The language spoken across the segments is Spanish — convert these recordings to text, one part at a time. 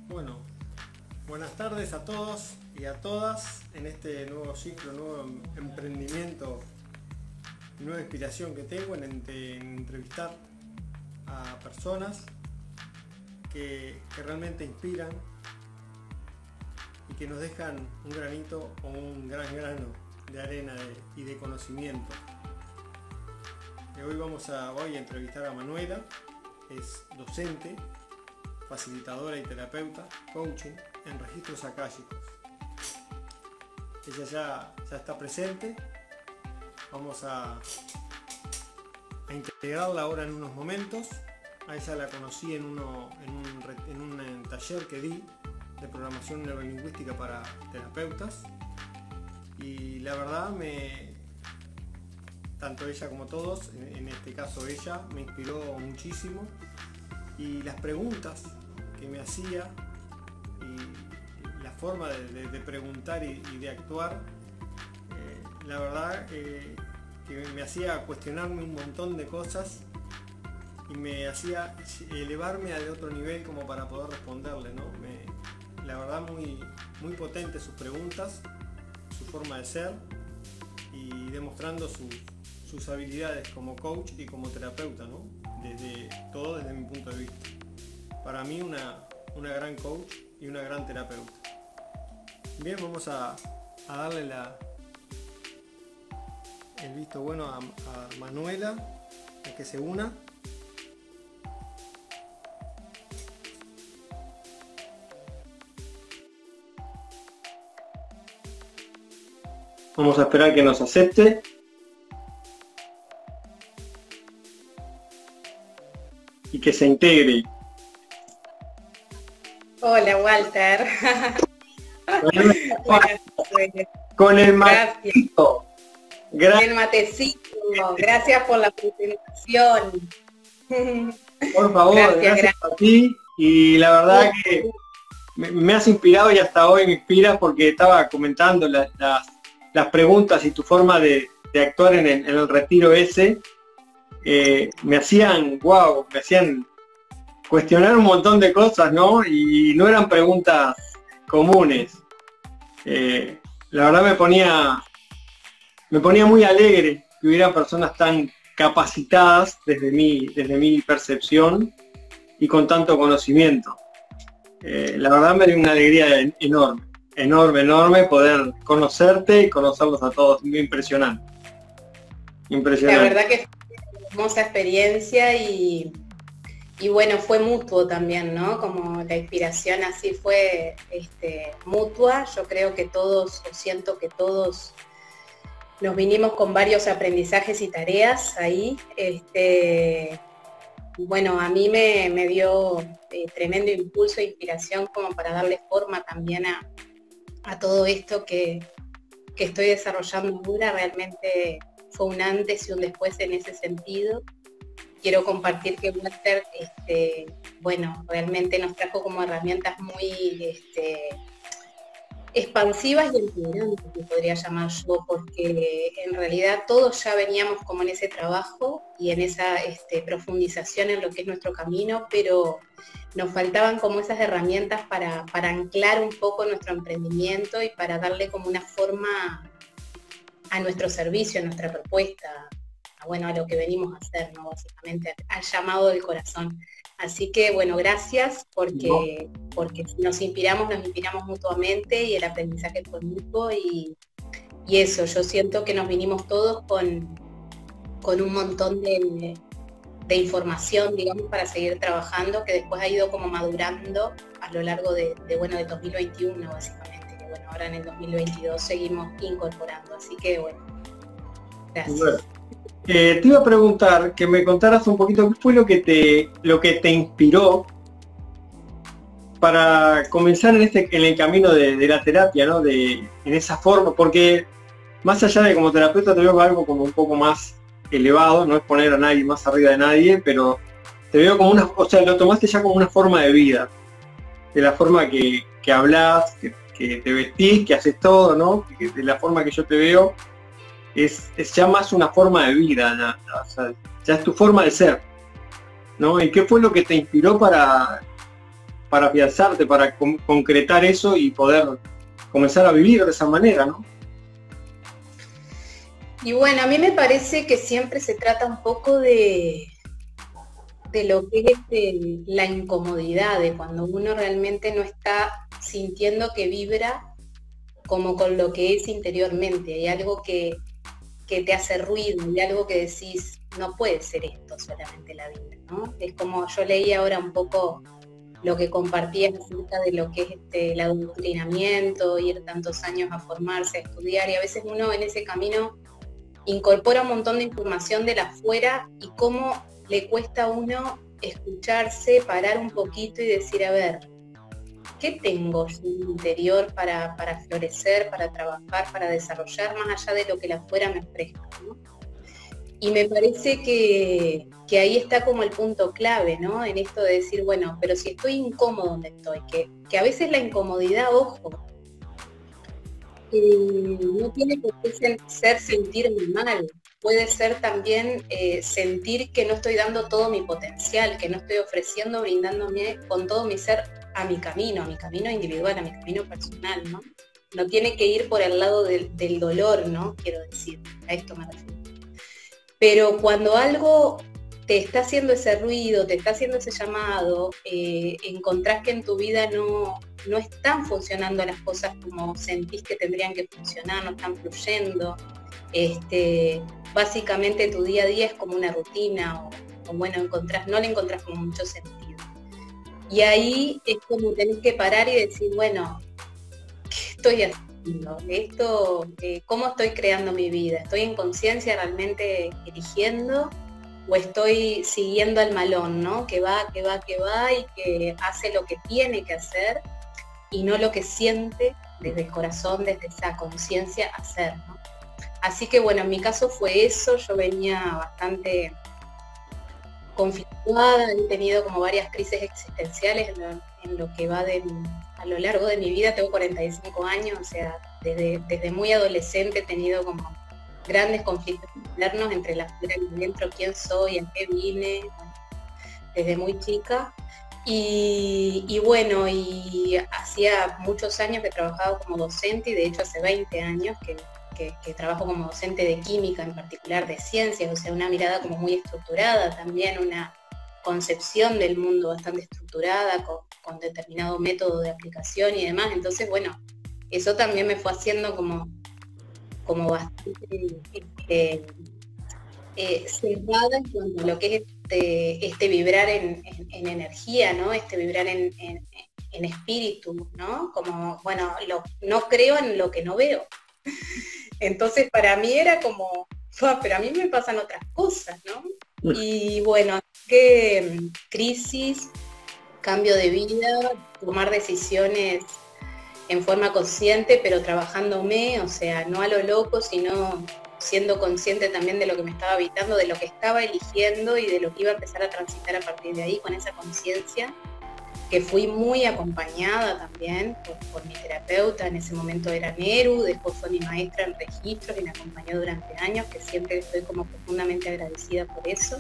Bueno, buenas tardes a todos y a todas en este nuevo ciclo, nuevo emprendimiento, nueva inspiración que tengo en entrevistar a personas que realmente inspiran y que nos dejan un granito o un gran grano de arena y de conocimiento. Hoy voy a entrevistar a Manuela, es docente, facilitadora y terapeuta, coaching en registros akáshicos. Ella ya está presente. Vamos a integrarla ahora en unos momentos. A ella la conocí en un taller que di de programación neurolingüística para terapeutas, y la verdad tanto ella como todos, en este caso ella, me inspiró muchísimo, y las preguntas que me hacía y la forma de preguntar y de actuar, la verdad que me hacía cuestionarme un montón de cosas y me hacía elevarme al otro nivel como para poder responderle, ¿no? La verdad muy potente sus preguntas, su forma de ser, y demostrando sus habilidades como coach y como terapeuta, ¿no? Desde mi punto de vista. Para mí una gran coach y una gran terapeuta. Bien, vamos a darle el visto bueno a Manuela, a que se una. Vamos a esperar que nos acepte. Y que se integre. Hola, Walter. Con el matecito. El matecito. Gracias por la presentación. Por favor, gracias a ti. Y la verdad que me has inspirado, y hasta hoy me inspiras, porque estaba comentando las preguntas y tu forma de actuar en el retiro ese. Me hacían cuestionar un montón de cosas, ¿no? Y no eran preguntas comunes. La verdad me ponía muy alegre que hubiera personas tan capacitadas desde mi percepción y con tanto conocimiento. La verdad me dio una alegría enorme poder conocerte y conocerlos a todos. Muy impresionante. La verdad que fue una hermosa experiencia y bueno, fue mutuo también, ¿no? Como la inspiración así fue mutua. Yo creo que siento que todos nos vinimos con varios aprendizajes y tareas ahí. Bueno, a mí me dio tremendo impulso e inspiración como para darle forma también a todo esto que estoy desarrollando ahora. Realmente fue un antes y un después en ese sentido. Quiero compartir que Walter, bueno, realmente nos trajo como herramientas muy expansivas y empoderantes, que podría llamar yo, porque en realidad todos ya veníamos como en ese trabajo y en esa profundización en lo que es nuestro camino, pero nos faltaban como esas herramientas para anclar un poco nuestro emprendimiento y para darle como una forma a nuestro servicio, a nuestra propuesta, a lo que venimos a hacer, ¿no? Básicamente al llamado del corazón. Así que bueno, gracias porque nos inspiramos mutuamente, y el aprendizaje fue mutuo, y eso, yo siento que nos vinimos todos con un montón de información, digamos, para seguir trabajando, que después ha ido como madurando a lo largo del 2021, básicamente, que bueno, ahora en el 2022 seguimos incorporando, así que bueno, gracias. Bueno. Te iba a preguntar que me contaras un poquito qué fue lo que te inspiró para comenzar en el camino de la terapia, ¿no? En esa forma, porque más allá de como terapeuta te veo algo como un poco más elevado, no es poner a nadie más arriba de nadie, pero te veo como lo tomaste ya como una forma de vida, de la forma que hablas, que te vestís, que haces todo, ¿no? De la forma que yo te veo. Es ya más una forma de vida, ya es tu forma de ser, ¿no? ¿Y qué fue lo que te inspiró para para afianzarte, para concretar eso y poder comenzar a vivir de esa manera, ¿no? Y bueno, a mí me parece que siempre se trata un poco de lo que es la incomodidad, de cuando uno realmente no está sintiendo que vibra como con lo que es interiormente. Hay algo que te hace ruido, hay algo que decís, no puede ser esto solamente la vida, ¿no? Es como yo leí ahora un poco lo que compartías acerca de lo que es el adoctrinamiento, ir tantos años a formarse, a estudiar, y a veces uno en ese camino incorpora un montón de información de la afuera y cómo le cuesta a uno escucharse, parar un poquito y decir, a ver, ¿qué tengo en mi interior para florecer, para trabajar, para desarrollar más allá de lo que la afuera me ofrezca, ¿no? Y me parece que ahí está como el punto clave, ¿no? En esto de decir, bueno, pero si estoy incómodo donde estoy, que a veces la incomodidad, ojo, no tiene por qué ser sentirme mal, puede ser también sentir que no estoy dando todo mi potencial, que no estoy ofreciendo, brindándome con todo mi ser a mi camino individual, a mi camino personal, ¿no? No tiene que ir por el lado del dolor, ¿no? Quiero decir, a esto me refiero. Pero cuando algo te está haciendo ese ruido, te está haciendo ese llamado, encontrás que en tu vida no están funcionando las cosas como sentís que tendrían que funcionar, no están fluyendo. Básicamente tu día a día es como una rutina o bueno, no le encontrás como mucho sentido. Y ahí es como tenés que parar y decir, bueno, ¿qué estoy haciendo? ¿Cómo estoy creando mi vida? ¿Estoy en conciencia realmente eligiendo? ¿O estoy siguiendo al malón, ¿no? Que va y que hace lo que tiene que hacer y no lo que siente desde el corazón, desde esa conciencia hacer, ¿no? Así que bueno, en mi caso fue eso, yo venía bastante conflictuada, he tenido como varias crisis existenciales en lo que va a lo largo de mi vida, tengo 45 años, o sea, desde muy adolescente he tenido como grandes conflictos internos entre la fuera y dentro, quién soy, a qué vine, bueno, desde muy chica. Y bueno, y hacía muchos años que he trabajado como docente, y de hecho hace 20 años que trabajo como docente de química, en particular de ciencias, o sea, una mirada como muy estructurada, también una concepción del mundo bastante estructurada, con determinado método de aplicación y demás. Entonces, bueno, eso también me fue haciendo como bastante centrada en cuanto a lo que es vibrar en energía, ¿no? Vibrar en espíritu, ¿no? Como, bueno, no creo en lo que no veo. Entonces para mí era como, pero a mí me pasan otras cosas, ¿no? Y bueno, que crisis, cambio de vida, tomar decisiones en forma consciente, pero trabajándome, o sea, no a lo loco, sino siendo consciente también de lo que me estaba habitando, de lo que estaba eligiendo y de lo que iba a empezar a transitar a partir de ahí, con esa conciencia, que fui muy acompañada también por mi terapeuta. En ese momento era Neru, después fue mi maestra en registros y me acompañó durante años, que siempre estoy como profundamente agradecida por eso.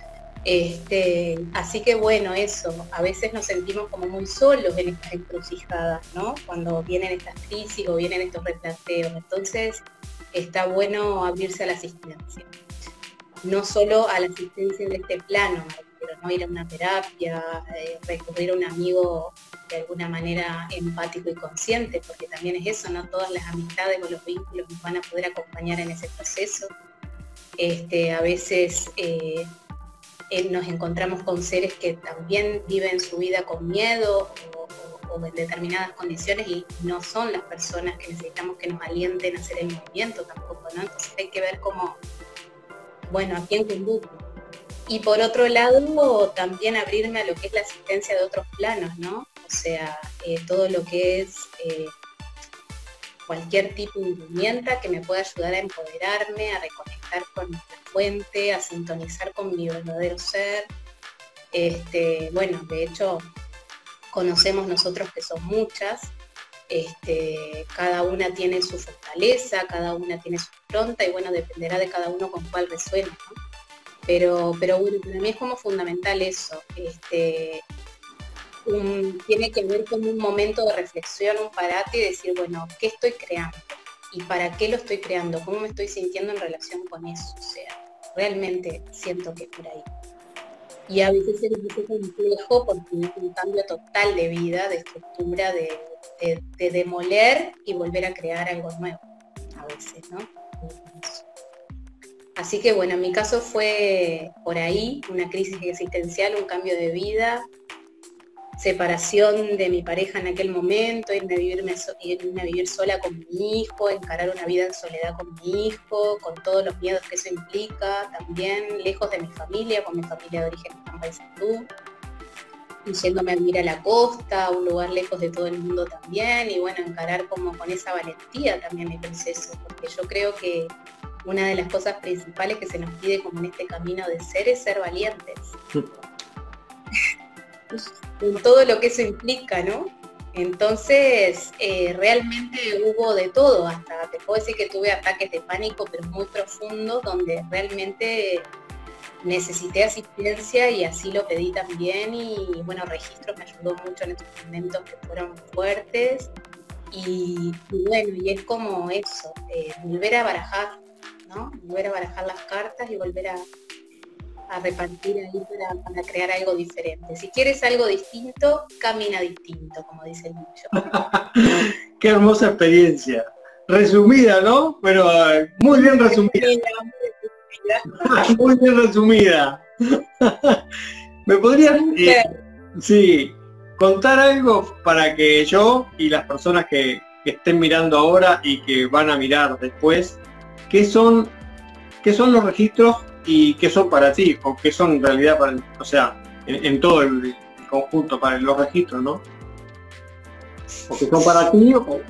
Así que bueno, eso, a veces nos sentimos como muy solos en estas encrucijadas, ¿no? Cuando vienen estas crisis o vienen estos replanteos. Entonces está bueno abrirse a la asistencia, no solo a la asistencia de este plano, pero no ir a una terapia, recurrir a un amigo de alguna manera empático y consciente, porque también es eso, no todas las amistades o los vínculos nos van a poder acompañar en ese proceso. A veces nos encontramos con seres que también viven su vida con miedo o en determinadas condiciones, y no son las personas que necesitamos que nos alienten a hacer el movimiento tampoco, ¿no? Entonces hay que ver cómo, bueno, a quién conduce. Y por otro lado, también abrirme a lo que es la asistencia de otros planos, ¿no? O sea, todo lo que es cualquier tipo de herramienta que me pueda ayudar a empoderarme, a reconectar con la fuente, a sintonizar con mi verdadero ser. Bueno, de hecho, conocemos nosotros que son muchas, cada una tiene su fortaleza, cada una tiene su impronta, y bueno, dependerá de cada uno con cuál resuena, ¿no? Pero bueno, para mí es como fundamental eso, tiene que ver con un momento de reflexión, un parate y decir, bueno, ¿qué estoy creando? ¿Y para qué lo estoy creando? ¿Cómo me estoy sintiendo en relación con eso? O sea, realmente siento que es por ahí. Y a veces es un poco complejo porque es un cambio total de vida, de estructura, de demoler y volver a crear algo nuevo, a veces, ¿no? Así que bueno, en mi caso fue por ahí, una crisis existencial, un cambio de vida, separación de mi pareja en aquel momento, irme a vivir sola con mi hijo, encarar una vida en soledad con mi hijo, con todos los miedos que eso implica, también lejos de mi familia, con mi familia de origen en Paysandú, y yéndome a vivir a la costa, a un lugar lejos de todo el mundo también, y bueno, encarar como con esa valentía también mi proceso, porque yo creo que una de las cosas principales que se nos pide como en este camino de ser es ser valientes. Con todo lo que eso implica, ¿no? Entonces, realmente hubo de todo, hasta te puedo decir que tuve ataques de pánico, pero muy profundos, donde realmente necesité asistencia y así lo pedí también, y bueno, Registros me ayudó mucho en estos momentos que fueron fuertes, y bueno, y es como eso, volver a barajar, ¿no? Volver a barajar las cartas y volver a repartir ahí para crear algo diferente. Si quieres algo distinto, camina distinto, como dice el dicho. Qué hermosa experiencia. Resumida, ¿no? Pero muy bien resumida. Muy bien resumida. ¿Me podrías sí, contar algo para que yo y las personas que estén mirando ahora y que van a mirar después, qué son los registros y qué son para ti, o qué son en realidad para o sea, en todo el conjunto para los registros, ¿no? O qué son para ti, o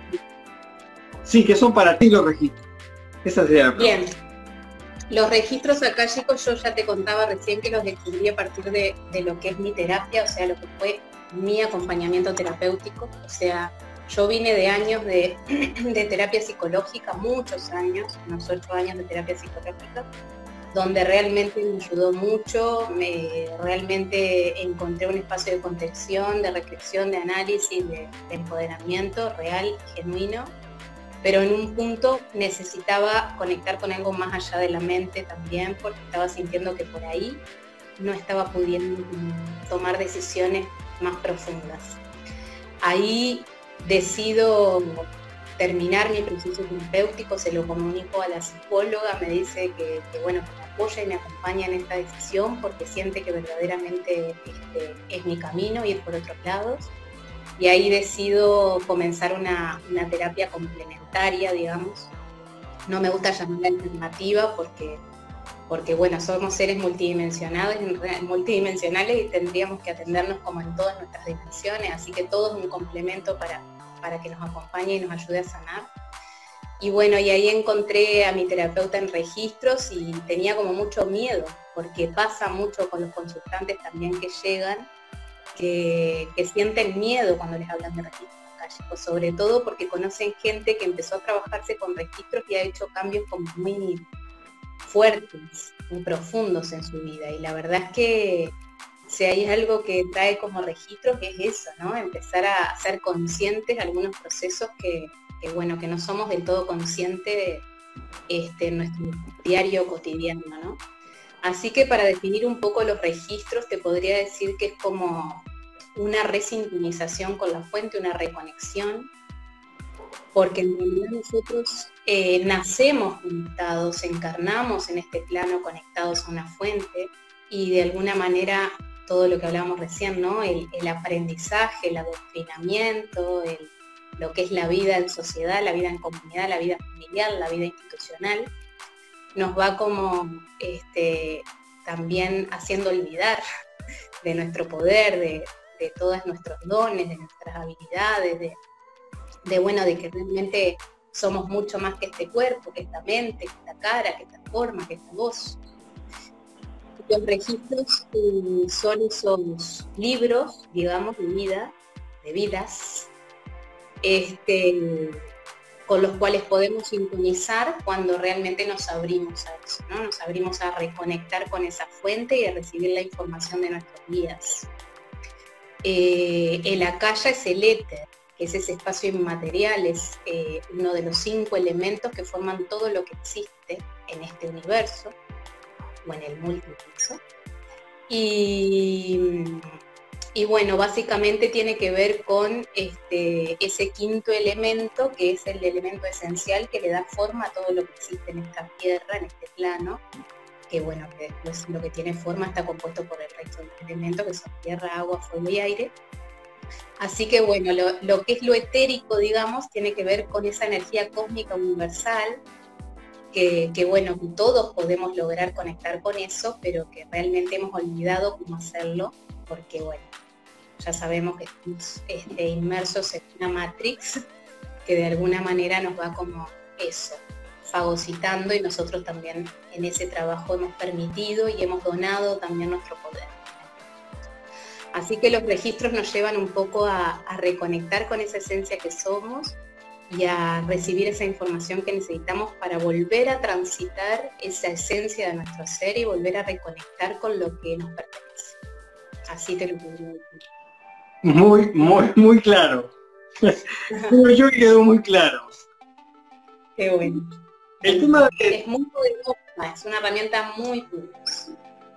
sí, qué son para ti los registros. Esa sería la pregunta. Bien. Los registros acá, chicos, yo ya te contaba recién que los descubrí a partir de lo que es mi terapia, o sea, lo que fue mi acompañamiento terapéutico. O sea, yo vine de años de terapia psicológica, muchos años, unos 8 años de terapia psicológica, donde realmente me ayudó mucho, realmente encontré un espacio de contención, de reflexión, de análisis, de empoderamiento real y genuino, pero en un punto necesitaba conectar con algo más allá de la mente también, porque estaba sintiendo que por ahí no estaba pudiendo tomar decisiones más profundas. Ahí decido terminar mi proceso terapéutico, se lo comunico a la psicóloga, me dice que bueno, que me apoya y me acompaña en esta decisión porque siente que verdaderamente es mi camino, ir por otros lados. Y ahí decido comenzar una terapia complementaria, digamos. No me gusta llamarla alternativa porque bueno, somos seres multidimensionales y tendríamos que atendernos como en todas nuestras dimensiones, así que todo es un complemento para que nos acompañe y nos ayude a sanar. Y bueno, y ahí encontré a mi terapeuta en Registros y tenía como mucho miedo, porque pasa mucho con los consultantes también que llegan, que sienten miedo cuando les hablan de registros akáshicos, sobre todo porque conocen gente que empezó a trabajarse con registros y ha hecho cambios como muy fuertes, muy profundos en su vida. Y la verdad es que si hay algo que trae como registros es eso, ¿no? Empezar a ser conscientes de algunos procesos que bueno, que no somos del todo conscientes en nuestro diario cotidiano, ¿no? Así que para definir un poco los registros te podría decir que es como una resintonización con la fuente, una reconexión, porque en realidad nosotros nacemos conectados, encarnamos en este plano conectados a una fuente y de alguna manera todo lo que hablábamos recién, ¿no? El aprendizaje, el adoctrinamiento, lo que es la vida en sociedad, la vida en comunidad, la vida familiar, la vida institucional, nos va como también haciendo olvidar de nuestro poder, de todos nuestros dones, de nuestras habilidades, de que realmente somos mucho más que este cuerpo, que esta mente, que esta cara, que esta forma, que esta voz. Los registros son esos libros, digamos, de vida, de vidas, con los cuales podemos sintonizar cuando realmente nos abrimos a eso, ¿no? Nos abrimos a reconectar con esa fuente y a recibir la información de nuestros guías. El Akasha es el éter, que es ese espacio inmaterial, es uno de los 5 elementos que forman todo lo que existe en este universo, o en el multiverso. Y bueno, básicamente tiene que ver con ese 5.º elemento, que es el elemento esencial que le da forma a todo lo que existe en esta tierra, en este plano, que bueno, que después lo que tiene forma está compuesto por el resto de los elementos, que son tierra, agua, fuego y aire. Así que bueno, lo que es lo etérico, digamos, tiene que ver con esa energía cósmica universal, que bueno, que todos podemos lograr conectar con eso, pero que realmente hemos olvidado cómo hacerlo, porque bueno, ya sabemos que estamos inmersos en una matrix que de alguna manera nos va como eso, fagocitando, y nosotros también en ese trabajo hemos permitido y hemos donado también nuestro poder. Así que los registros nos llevan un poco a reconectar con esa esencia que somos y a recibir esa información que necesitamos para volver a transitar esa esencia de nuestro ser y volver a reconectar con lo que nos pertenece. Así te lo podría decir. Muy claro. Yo quedó muy claro. Qué bueno. El tema es muy poderosa, es una herramienta muy poderosa.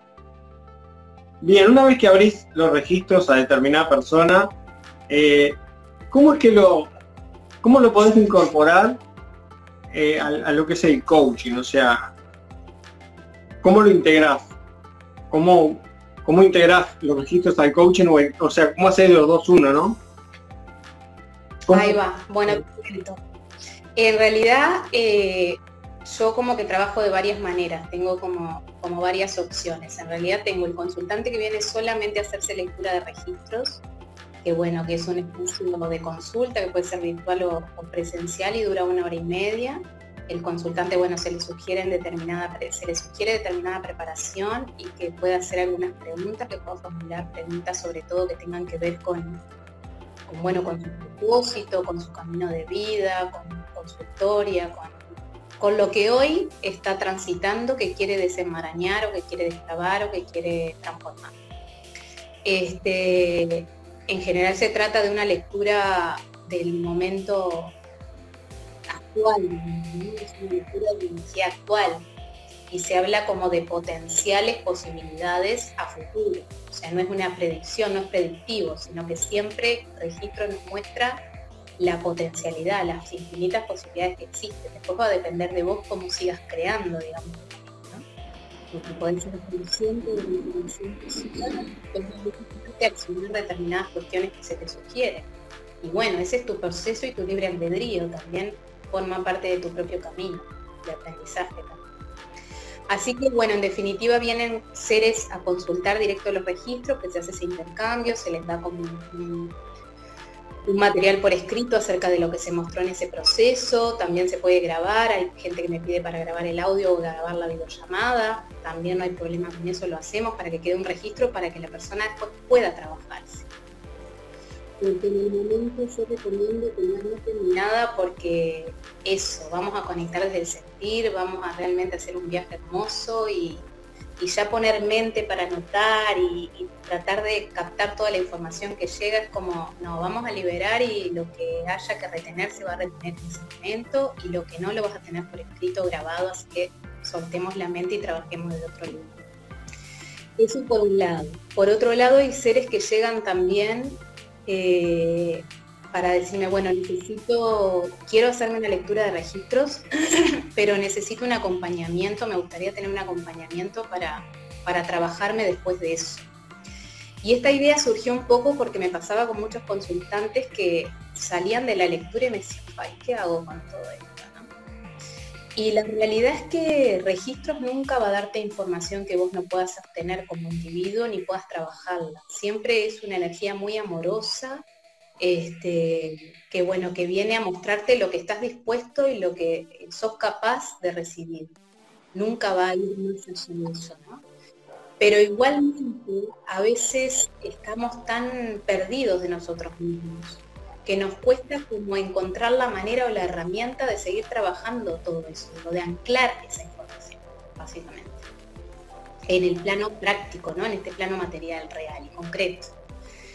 Bien, una vez que abrís los registros a determinada persona, ¿cómo lo podés incorporar a lo que es el coaching? O sea, ¿cómo lo integrás? ¿Cómo integrás los registros al coaching? O sea, ¿cómo haces los 2-1, no? Ahí va, bueno, en realidad yo como que trabajo de varias maneras, tengo como varias opciones. En realidad tengo el consultante que viene solamente a hacerse lectura de registros, que bueno, que es un espacio de consulta que puede ser virtual o presencial y dura 1 hora y media. El consultante, bueno, se le sugiere determinada preparación y que pueda hacer algunas preguntas, que pueda formular preguntas sobre todo que tengan que ver con su propósito, con su camino de vida, con su historia, con lo que hoy está transitando, que quiere desenmarañar o que quiere destrabar o que quiere transformar. En general se trata de una lectura del momento actual, es una lectura de energía actual, y se habla como de potenciales posibilidades a futuro. O sea, no es una predicción, no es predictivo, sino que siempre el registro nos muestra la potencialidad, las infinitas posibilidades que existen. Después va a depender de vos cómo sigas creando, digamos, ¿no? Porque podés ser consciente de la información que accionar determinadas cuestiones que se te sugieren. Y bueno, ese es tu proceso y tu libre albedrío, también forma parte de tu propio camino de aprendizaje también. Así que bueno, en definitiva vienen seres a consultar directo los registros, que se hace ese intercambio, se les da como un material por escrito acerca de lo que se mostró en ese proceso. También se puede grabar, hay gente que me pide para grabar el audio o grabar la videollamada, también no hay problema con eso, lo hacemos para que quede un registro para que la persona después pueda trabajarse. Porque en el momento yo recomiendo que no noten nada, porque eso, vamos a conectar desde el sentir, vamos a realmente hacer un viaje hermoso y ya poner mente para anotar y tratar de captar toda la información que llega, es como, no, vamos a liberar y lo que haya que retener se va a retener en ese momento y lo que no lo vas a tener por escrito grabado, así que soltemos la mente y trabajemos del otro lado. Eso por un lado. Por otro lado hay seres que llegan también para decirme, bueno, quiero hacerme una lectura de registros, pero necesito un acompañamiento, me gustaría tener un acompañamiento para trabajarme después de eso. Y esta idea surgió un poco porque me pasaba con muchos consultantes que salían de la lectura y me decían, ay, ¿qué hago con todo esto? Y la realidad es que registros nunca va a darte información que vos no puedas obtener como individuo ni puedas trabajarla. Siempre es una energía muy amorosa, que bueno, que viene a mostrarte lo que estás dispuesto y lo que sos capaz de recibir. Nunca va a ir más allá de eso, ¿no? Pero igualmente a veces estamos tan perdidos de nosotros mismos que nos cuesta como encontrar la manera o la herramienta de seguir trabajando todo eso, de anclar esa información, básicamente, en el plano práctico, ¿no? En este plano material, real y concreto.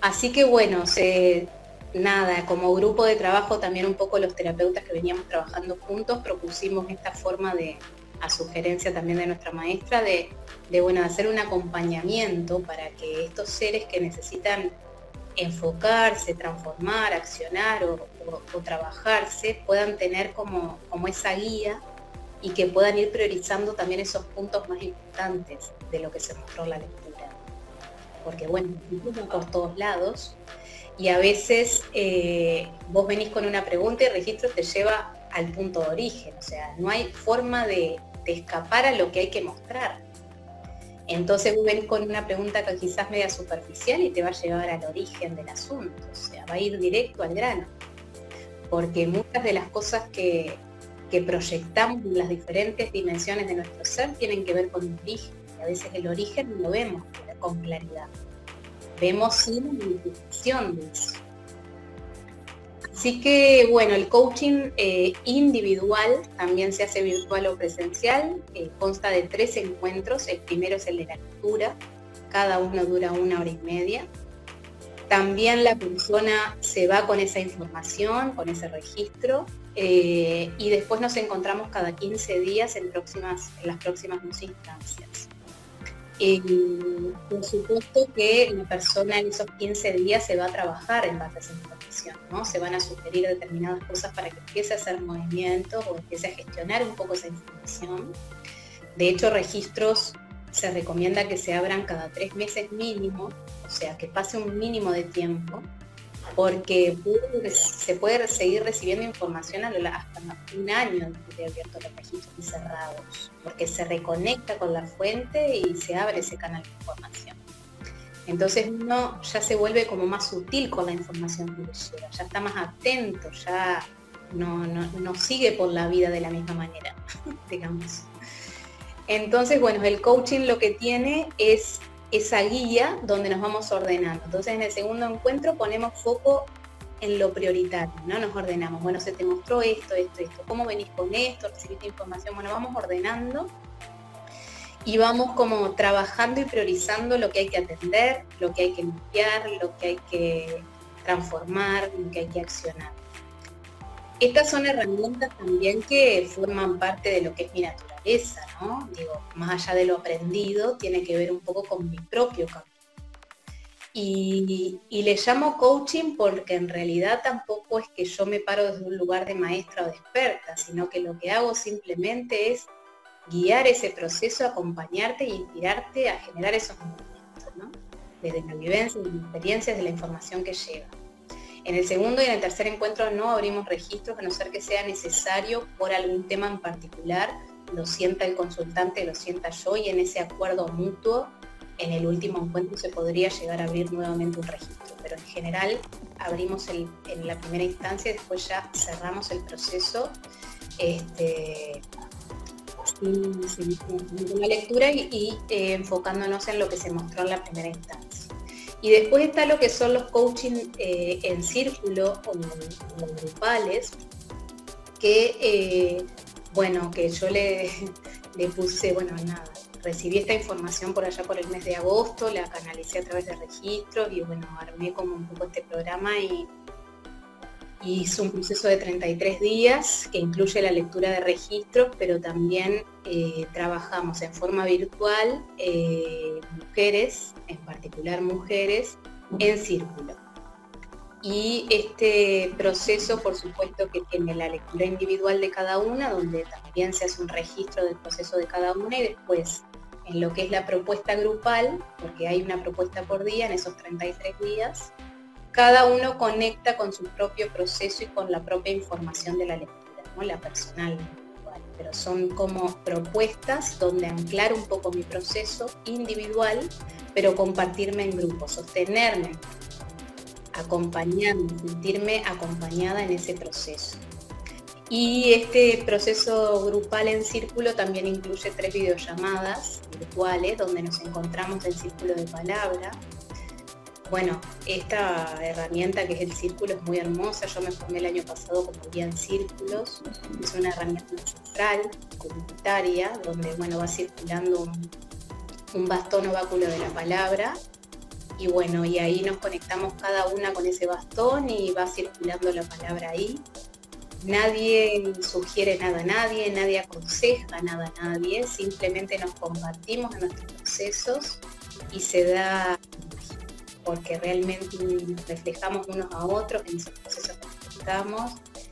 Así que bueno, nada, como grupo de trabajo también un poco los terapeutas que veníamos trabajando juntos propusimos esta forma a sugerencia también de nuestra maestra, de hacer un acompañamiento para que estos seres que necesitan enfocarse, transformar, accionar o trabajarse, puedan tener como esa guía y que puedan ir priorizando también esos puntos más importantes de lo que se mostró en la lectura. Porque bueno, por todos lados, y a veces vos venís con una pregunta y el registro te lleva al punto de origen, o sea, no hay forma de escapar a lo que hay que mostrar. Entonces vos venís con una pregunta que quizás media superficial y te va a llevar al origen del asunto, o sea, va a ir directo al grano, porque muchas de las cosas que proyectamos en las diferentes dimensiones de nuestro ser tienen que ver con el origen, y a veces el origen no lo vemos con claridad. Vemos sí la manifestación de eso. Así que bueno, el coaching individual también se hace virtual o presencial, consta de 3 encuentros. El primero es el de la lectura, cada uno dura 1 hora y media. También la persona se va con esa información, con ese registro, y después nos encontramos cada 15 días en las próximas 2 instancias. Por supuesto que la persona en esos 15 días se va a trabajar en base a esa información, ¿no? Se van a sugerir determinadas cosas para que empiece a hacer movimientos o empiece a gestionar un poco esa información. De hecho, registros se recomienda que se abran cada 3 meses mínimo, o sea, que pase un mínimo de tiempo, porque se puede seguir recibiendo información hasta 1 año de abierto los registros cerrados, porque se reconecta con la fuente y se abre ese canal de información. Entonces uno ya se vuelve como más sutil con la información que le llega, ya está más atento, ya no sigue por la vida de la misma manera, digamos. Entonces, bueno, el coaching lo que tiene es esa guía donde nos vamos ordenando. Entonces en el segundo encuentro ponemos foco en lo prioritario, ¿no? Nos ordenamos, bueno, se te mostró esto, ¿cómo venís con esto? ¿Recibiste información? Bueno, vamos ordenando y vamos como trabajando y priorizando lo que hay que atender, lo que hay que limpiar, lo que hay que transformar, lo que hay que accionar. Estas son herramientas también que forman parte de lo que es mi naturaleza, ¿no? Digo, más allá de lo aprendido, tiene que ver un poco con mi propio camino. Y le llamo coaching porque en realidad tampoco es que yo me paro desde un lugar de maestra o de experta, sino que lo que hago simplemente es guiar ese proceso, acompañarte e inspirarte a generar esos movimientos, ¿no? Desde la vivencia, de las experiencias, de la información que llega. En el segundo y en el tercer encuentro no abrimos registros, a no ser que sea necesario por algún tema en particular, lo sienta el consultante, lo sienta yo, y en ese acuerdo mutuo, en el último encuentro se podría llegar a abrir nuevamente un registro, pero en general abrimos en la primera instancia y después ya cerramos el proceso sin la lectura y enfocándonos en lo que se mostró en la primera instancia. Y después está lo que son los coaching en círculo o grupales, que bueno, que yo le puse, bueno, nada, recibí esta información por allá por el mes de agosto, la canalicé a través de registros y bueno, armé como un poco este programa y hice un proceso de 33 días que incluye la lectura de registros, pero también trabajamos en forma virtual mujeres, en particular mujeres, en círculo. Y este proceso, por supuesto, que tiene la lectura individual de cada una, donde también se hace un registro del proceso de cada una, y después en lo que es la propuesta grupal, porque hay una propuesta por día en esos 33 días, cada uno conecta con su propio proceso y con la propia información de la lectura, ¿no? La personal, pero son como propuestas donde anclar un poco mi proceso individual, pero compartirme en grupo, sostenerme, acompañarme, sentirme acompañada en ese proceso. Y este proceso grupal en círculo también incluye 3 videollamadas virtuales donde nos encontramos en círculo de palabra. Bueno, esta herramienta que es el círculo es muy hermosa. Yo me formé el año pasado como guía en círculos. Es una herramienta ancestral, comunitaria, donde bueno, va circulando un bastón o báculo de la palabra y bueno, y ahí nos conectamos cada una con ese bastón y va circulando la palabra ahí. Nadie sugiere nada a nadie, nadie aconseja nada a nadie, simplemente nos compartimos en nuestros procesos y se da porque realmente nos reflejamos unos a otros en esos procesos que estamos.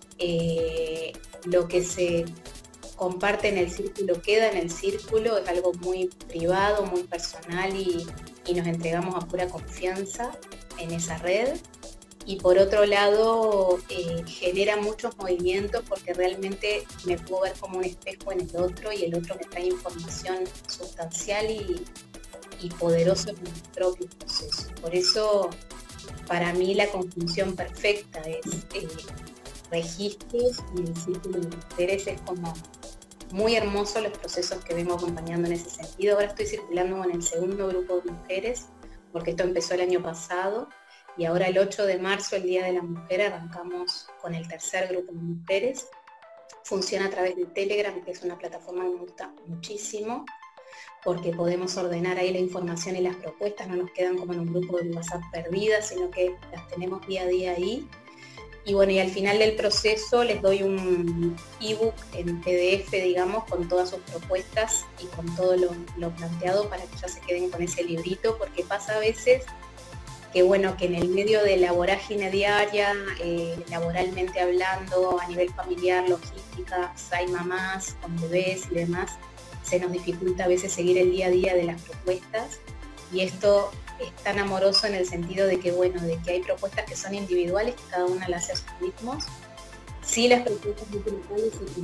Lo que se comparte en el círculo queda en el círculo, es algo muy privado, muy personal y nos entregamos a pura confianza en esa red. Y por otro lado, genera muchos movimientos porque realmente me puedo ver como un espejo en el otro y el otro me trae información sustancial y poderosa en mi propio proceso. Por eso, para mí, la conjunción perfecta es registros y el círculo de mujeres. Es como muy hermoso los procesos que vengo acompañando en ese sentido. Ahora estoy circulando con el segundo grupo de mujeres, porque esto empezó el año pasado, y ahora el 8 de marzo, el Día de la Mujer, arrancamos con el tercer grupo de mujeres. Funciona a través de Telegram, que es una plataforma que me gusta muchísimo, porque podemos ordenar ahí la información y las propuestas, no nos quedan como en un grupo de WhatsApp perdidas, sino que las tenemos día a día ahí. Y bueno, y al final del proceso les doy un ebook en PDF, digamos, con todas sus propuestas y con todo lo planteado para que ya se queden con ese librito, porque pasa a veces que bueno, que en el medio de la vorágine diaria, laboralmente hablando, a nivel familiar, logística, hay mamás con bebés y demás, se nos dificulta a veces seguir el día a día de las propuestas, y esto es tan amoroso en el sentido de que, bueno, de que hay propuestas que son individuales, que cada una las hace a sus ritmos. Sí, las propuestas grupales se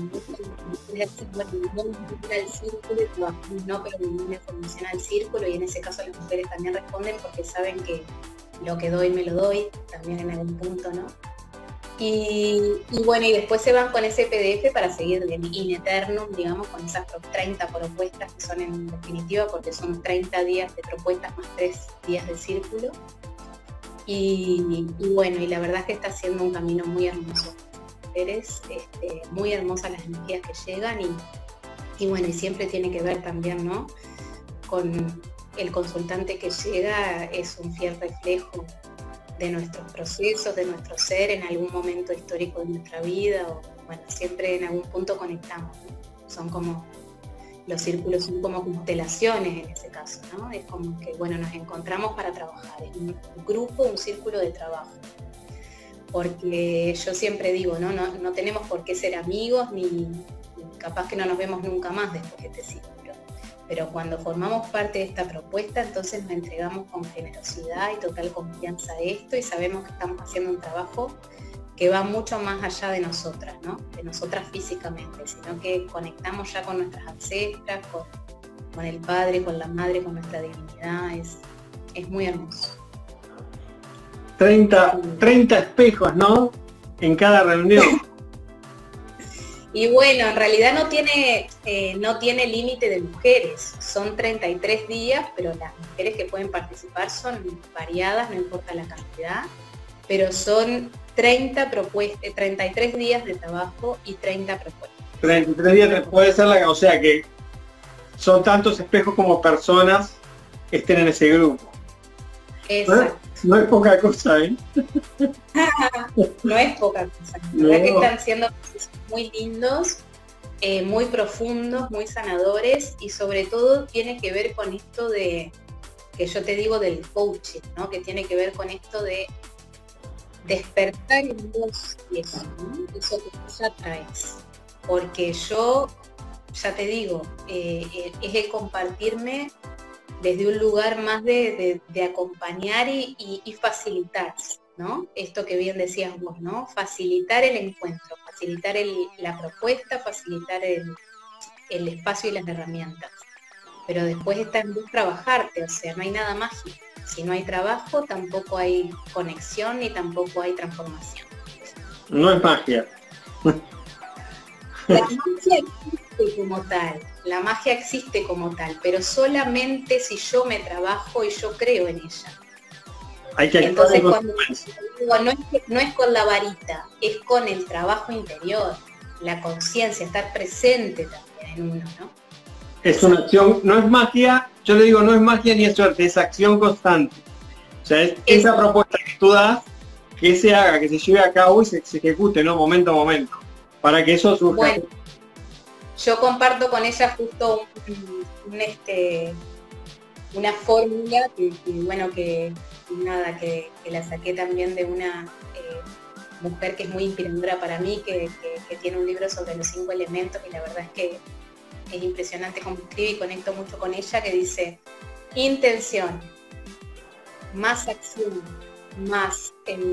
al círculo, no, pero ninguna información al círculo, y en ese caso las mujeres también responden porque saben que lo que doy me lo doy, también en algún punto, ¿no? Y bueno, y después se van con ese PDF para seguir in eternum, digamos, con esas 30 propuestas que son en definitiva, porque son 30 días de propuestas más 3 días de círculo. Y bueno, y la verdad es que está siendo un camino muy hermoso. Muy hermosas las energías que llegan y bueno, y siempre tiene que ver también, ¿no?, con el consultante que llega, es un fiel reflejo de nuestros procesos, de nuestro ser en algún momento histórico de nuestra vida, o bueno, siempre en algún punto conectamos, ¿no? Son como, los círculos son como constelaciones en ese caso, ¿no? Es como que, bueno, nos encontramos para trabajar, es un grupo, un círculo de trabajo. Porque yo siempre digo, no tenemos por qué ser amigos, ni capaz que no nos vemos nunca más después de este ciclo. Pero cuando formamos parte de esta propuesta, entonces nos entregamos con generosidad y total confianza a esto, y sabemos que estamos haciendo un trabajo que va mucho más allá de nosotras, ¿no? De nosotras físicamente, sino que conectamos ya con nuestras ancestras, con el Padre, con la Madre, con nuestra divinidad. Es muy hermoso. 30 espejos, ¿no? En cada reunión. Y bueno, en realidad no tiene límite de mujeres, son 33 días, pero las mujeres que pueden participar son variadas, no importa la cantidad, pero son 33 días de trabajo y 30 propuestas. 33 días puede ser o sea que son tantos espejos como personas estén en ese grupo. Exacto. No es poca cosa, ¿eh? No es poca cosa. La verdad que están siendo procesos muy lindos, muy profundos, muy sanadores, y sobre todo tiene que ver con esto de, que yo te digo, del coaching, ¿no? Que tiene que ver con esto de despertar en vos eso, ¿no? Eso que tú ya traes. Porque yo, ya te digo, es el compartirme desde un lugar más de acompañar y facilitar, ¿no? Esto que bien decías vos, ¿no? Facilitar el encuentro, facilitar la propuesta, facilitar el espacio y las herramientas. Pero después está en vos trabajarte, o sea, no hay nada mágico. Si no hay trabajo, tampoco hay conexión ni tampoco hay transformación. No es magia. La magia existe como tal. La magia existe como tal, pero solamente si yo me trabajo y yo creo en ella. Hay que Entonces, cuando digo, no es con la varita, es con el trabajo interior, la conciencia, estar presente también en uno, ¿no? Es una acción, no es magia, yo le digo, no es magia ni es suerte, es acción constante. sea, esa propuesta que tú das, que se haga, que se lleve a cabo y se ejecute, ¿no? Momento a momento, para que eso surja. Bueno, yo comparto con ella justo una fórmula que la saqué también de una mujer que es muy inspiradora para mí, que tiene un libro sobre los 5 elementos, y la verdad es que es impresionante cómo escribe y conecto mucho con ella, que dice: intención, más acción, más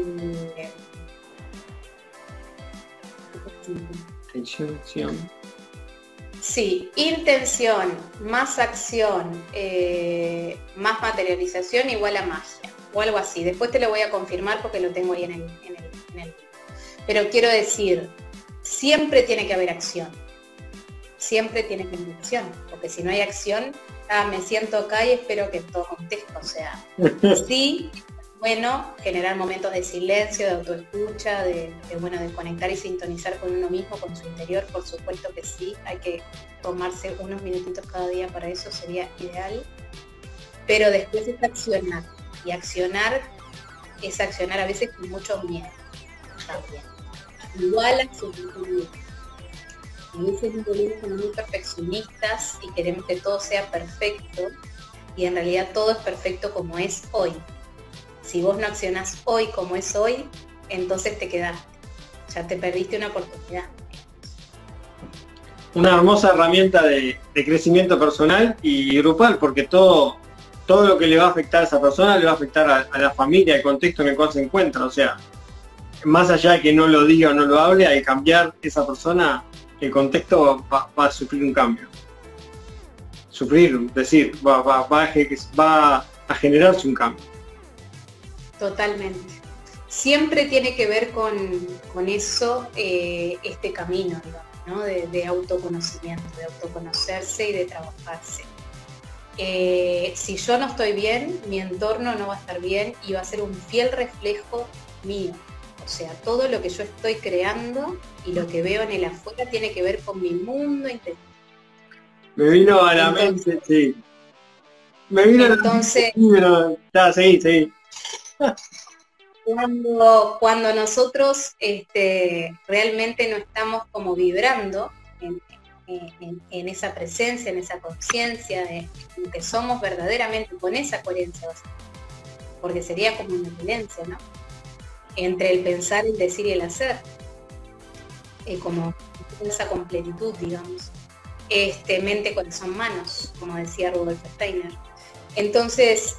Intención. Sí, intención, más acción, más materialización igual a magia, o algo así. Después te lo voy a confirmar porque lo tengo ahí en el Pero quiero decir, siempre tiene que haber acción. Siempre tiene que haber acción, porque si no hay acción, me siento acá y espero que todo conteste. O sea, sí, bueno, generar momentos de silencio, de autoescucha, de conectar y sintonizar con uno mismo, con su interior, por supuesto que sí, hay que tomarse unos minutitos cada día para eso, sería ideal. Pero después es accionar, y accionar es accionar a veces con mucho miedo también. Igual accionar con miedo. A veces nos volvemos como muy perfeccionistas y queremos que todo sea perfecto, y en realidad todo es perfecto como es hoy. Si vos no accionás hoy como es hoy, entonces te quedaste. Ya te perdiste una oportunidad. Una hermosa herramienta de crecimiento personal y grupal, porque todo lo que le va a afectar a esa persona le va a afectar a la familia, el contexto en el cual se encuentra. O sea, más allá de que no lo diga o no lo hable, al cambiar esa persona, el contexto va a sufrir un cambio. Va a generarse un cambio. Totalmente. Siempre tiene que ver con eso, este camino, digamos, ¿no? de autoconocimiento, de autoconocerse y de trabajarse. Si yo no estoy bien, mi entorno no va a estar bien y va a ser un fiel reflejo mío. O sea, todo lo que yo estoy creando y lo que veo en el afuera tiene que ver con mi mundo interior. Me vino a la mente, sí. Me vino entonces, a la mente, seguí. Cuando nosotros realmente no estamos como vibrando en esa presencia, en esa conciencia de que somos verdaderamente, con esa coherencia, porque sería como una violencia, ¿no? Entre el pensar, el decir y el hacer, como esa completitud, digamos, mente, corazón, manos, como decía Rudolf Steiner. Entonces,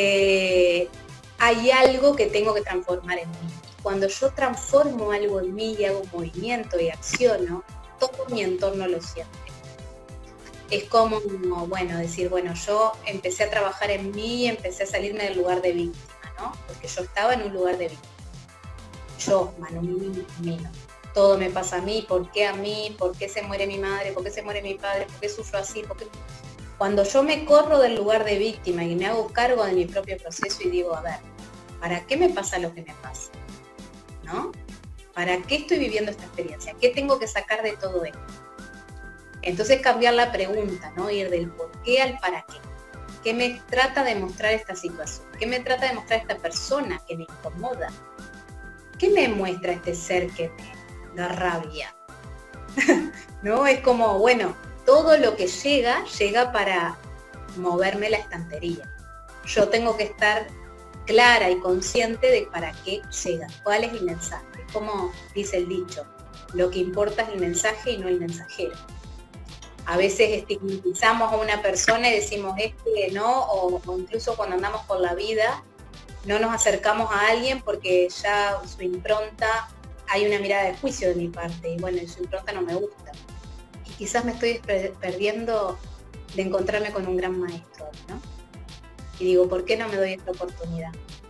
hay algo que tengo que transformar en mí. Y cuando yo transformo algo en mí y hago un movimiento y acciono, todo mi entorno lo siente. Es como, decir, yo empecé a trabajar en mí y empecé a salirme del lugar de víctima, ¿no? Porque yo estaba en un lugar de víctima. Yo, Manu, mío. Todo me pasa a mí, ¿por qué a mí? ¿Por qué se muere mi madre? ¿Por qué se muere mi padre? ¿Por qué sufro así? ¿Por qué? Cuando yo me corro del lugar de víctima y me hago cargo de mi propio proceso y digo, a ver, ¿para qué me pasa lo que me pasa? ¿No? ¿Para qué estoy viviendo esta experiencia? ¿Qué tengo que sacar de todo esto? Entonces cambiar la pregunta, ¿no? Ir del por qué al para qué. ¿Qué me trata de mostrar esta situación? ¿Qué me trata de mostrar esta persona que me incomoda? ¿Qué me muestra este ser que me da rabia? ¿No? Es como, todo lo que llega para moverme la estantería. Yo tengo que estar clara y consciente de para qué llega, cuál es el mensaje. Como dice el dicho, lo que importa es el mensaje y no el mensajero. A veces estigmatizamos a una persona y decimos no, o incluso cuando andamos por la vida no nos acercamos a alguien porque ya su impronta, hay una mirada de juicio de mi parte y su impronta no me gusta. Y quizás me estoy perdiendo de encontrarme con un gran maestro, ¿no? Y digo, ¿por qué no me doy esta oportunidad?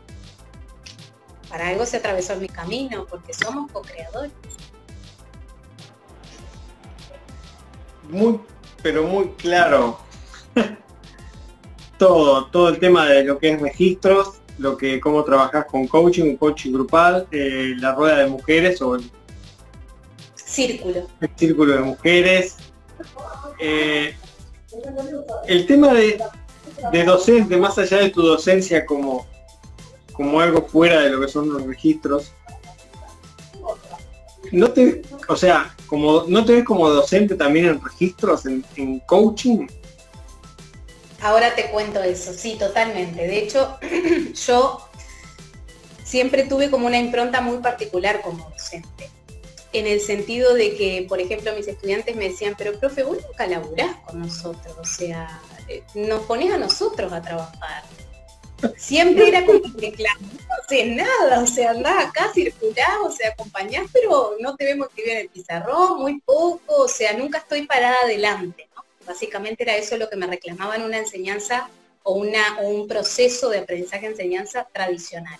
Para algo se atravesó mi camino, porque somos co-creadores. Pero muy claro. todo el tema de lo que es registros, cómo trabajás con coaching grupal, la rueda de mujeres o el círculo de mujeres. El tema de docente, más allá de tu docencia como como algo fuera de lo que son los registros. O sea, ¿no te ves como docente también en registros, en coaching? Ahora te cuento eso, sí, totalmente. De hecho, yo siempre tuve como una impronta muy particular como docente, en el sentido de que, por ejemplo, mis estudiantes me decían, pero profe, vos nunca laburás con nosotros, o sea, nos ponés a nosotros a trabajar. Siempre era como que, claro, no haces nada, o sea, andás acá, circulás, o sea, acompañás, pero no te vemos escribir en el pizarrón, muy poco, o sea, nunca estoy parada adelante, ¿no? Básicamente era eso lo que me reclamaban, una enseñanza o un proceso de aprendizaje-enseñanza tradicional.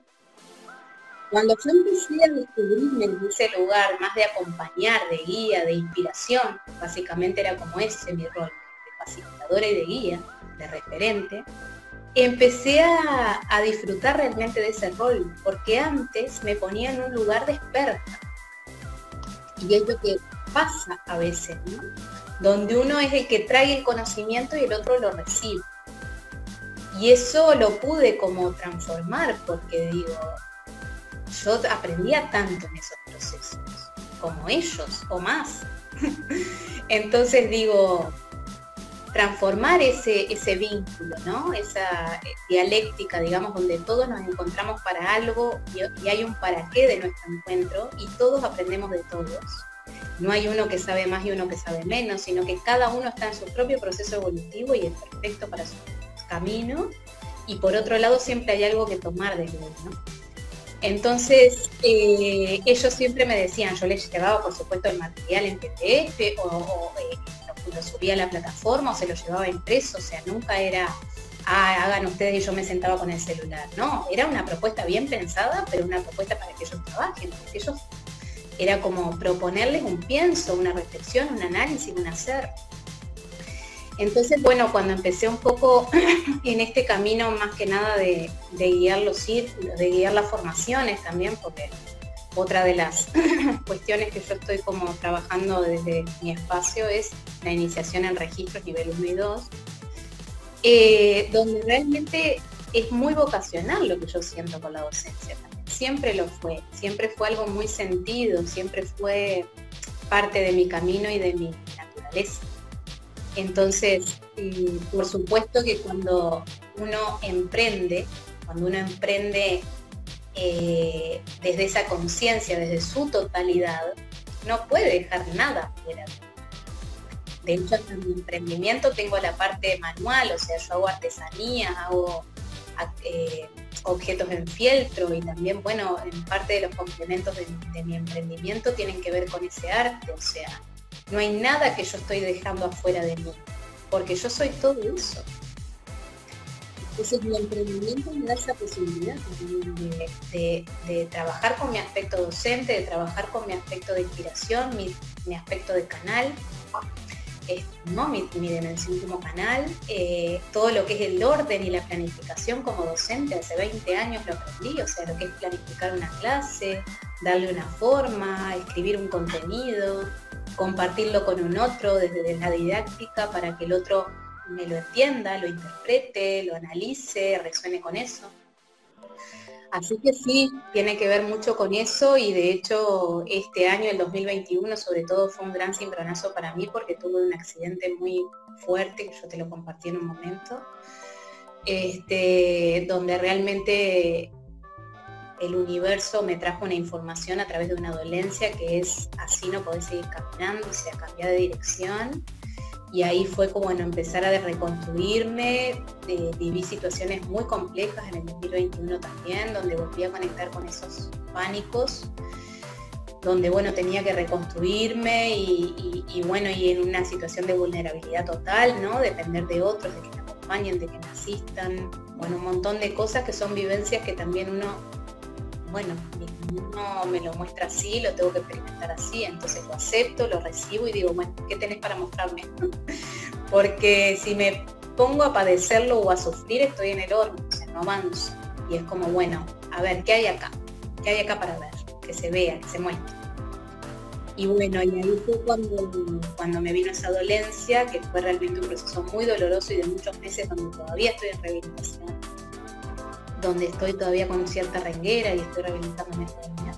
Cuando yo empecé a descubrirme en ese lugar más de acompañar, de guía, de inspiración, básicamente era como ese mi rol, de facilitadora y de guía, de referente, empecé a disfrutar realmente de ese rol, porque antes me ponía en un lugar de experta. Y es lo que pasa a veces, ¿no? Donde uno es el que trae el conocimiento y el otro lo recibe. Y eso lo pude como transformar, porque digo, yo aprendía tanto en esos procesos, como ellos, o más. Entonces digo, transformar ese vínculo, ¿no? Esa dialéctica, digamos, donde todos nos encontramos para algo y hay un para qué de nuestro encuentro y todos aprendemos de todos. No hay uno que sabe más y uno que sabe menos, sino que cada uno está en su propio proceso evolutivo y es perfecto para su camino. Y por otro lado siempre hay algo que tomar de él, ¿no? Entonces, ellos siempre me decían, yo les llevaba por supuesto el material en PDF lo subía a la plataforma o se lo llevaba impreso, o sea, nunca era, hagan ustedes y yo me sentaba con el celular, no, era una propuesta bien pensada, pero una propuesta para que ellos trabajen, porque ellos era como proponerles un pienso, una reflexión, un análisis, un hacer. Entonces, bueno, cuando empecé un poco en este camino más que nada de guiar los círculos, de guiar las formaciones también, porque otra de las cuestiones que yo estoy como trabajando desde mi espacio es la iniciación en registros nivel 1 y 2, donde realmente es muy vocacional lo que yo siento con la docencia también. Siempre fue algo muy sentido, siempre fue parte de mi camino y de mi naturaleza. Entonces, por supuesto que cuando uno emprende desde esa conciencia, desde su totalidad, no puede dejar nada fuera. De hecho, en mi emprendimiento tengo la parte manual, o sea, yo hago artesanía, hago objetos en fieltro y también, bueno, en parte de los complementos de mi emprendimiento tienen que ver con ese arte, o sea, no hay nada que yo estoy dejando afuera de mí, porque yo soy todo eso. Entonces mi emprendimiento me da esa posibilidad de trabajar con mi aspecto docente, de trabajar con mi aspecto de inspiración, mi aspecto de canal, ¿no? mi dimensión como canal, todo lo que es el orden y la planificación como docente, hace 20 años lo aprendí, o sea, lo que es planificar una clase, darle una forma, escribir un contenido, compartirlo con un otro desde la didáctica para que el otro me lo entienda, lo interprete, lo analice, resuene con eso. Así que sí, tiene que ver mucho con eso y de hecho este año, el 2021, sobre todo fue un gran cimbronazo para mí porque tuve un accidente muy fuerte, que yo te lo compartí en un momento, donde realmente el universo me trajo una información a través de una dolencia que es así no podés seguir caminando, o sea, cambiar de dirección. Y ahí fue como bueno, empezar a reconstruirme, viví situaciones muy complejas en el 2021 también, donde volví a conectar con esos pánicos, donde bueno, tenía que reconstruirme y bueno, y en una situación de vulnerabilidad total, ¿no? Depender de otros, de que me acompañen, de que me asistan, bueno, un montón de cosas que son vivencias que también uno me lo muestra así, lo tengo que experimentar así, entonces lo acepto, lo recibo y digo, bueno, ¿qué tenés para mostrarme? Porque si me pongo a padecerlo o a sufrir, estoy en el horno, o sea, no avanzo. Y es como, bueno, a ver, ¿qué hay acá? ¿Qué hay acá para ver? Que se vea, que se muestre. Y bueno, y ahí fue cuando me vino esa dolencia, que fue realmente un proceso muy doloroso y de muchos meses donde todavía estoy en rehabilitación. donde estoy todavía con cierta renguera y estoy rehabilitándome todavía.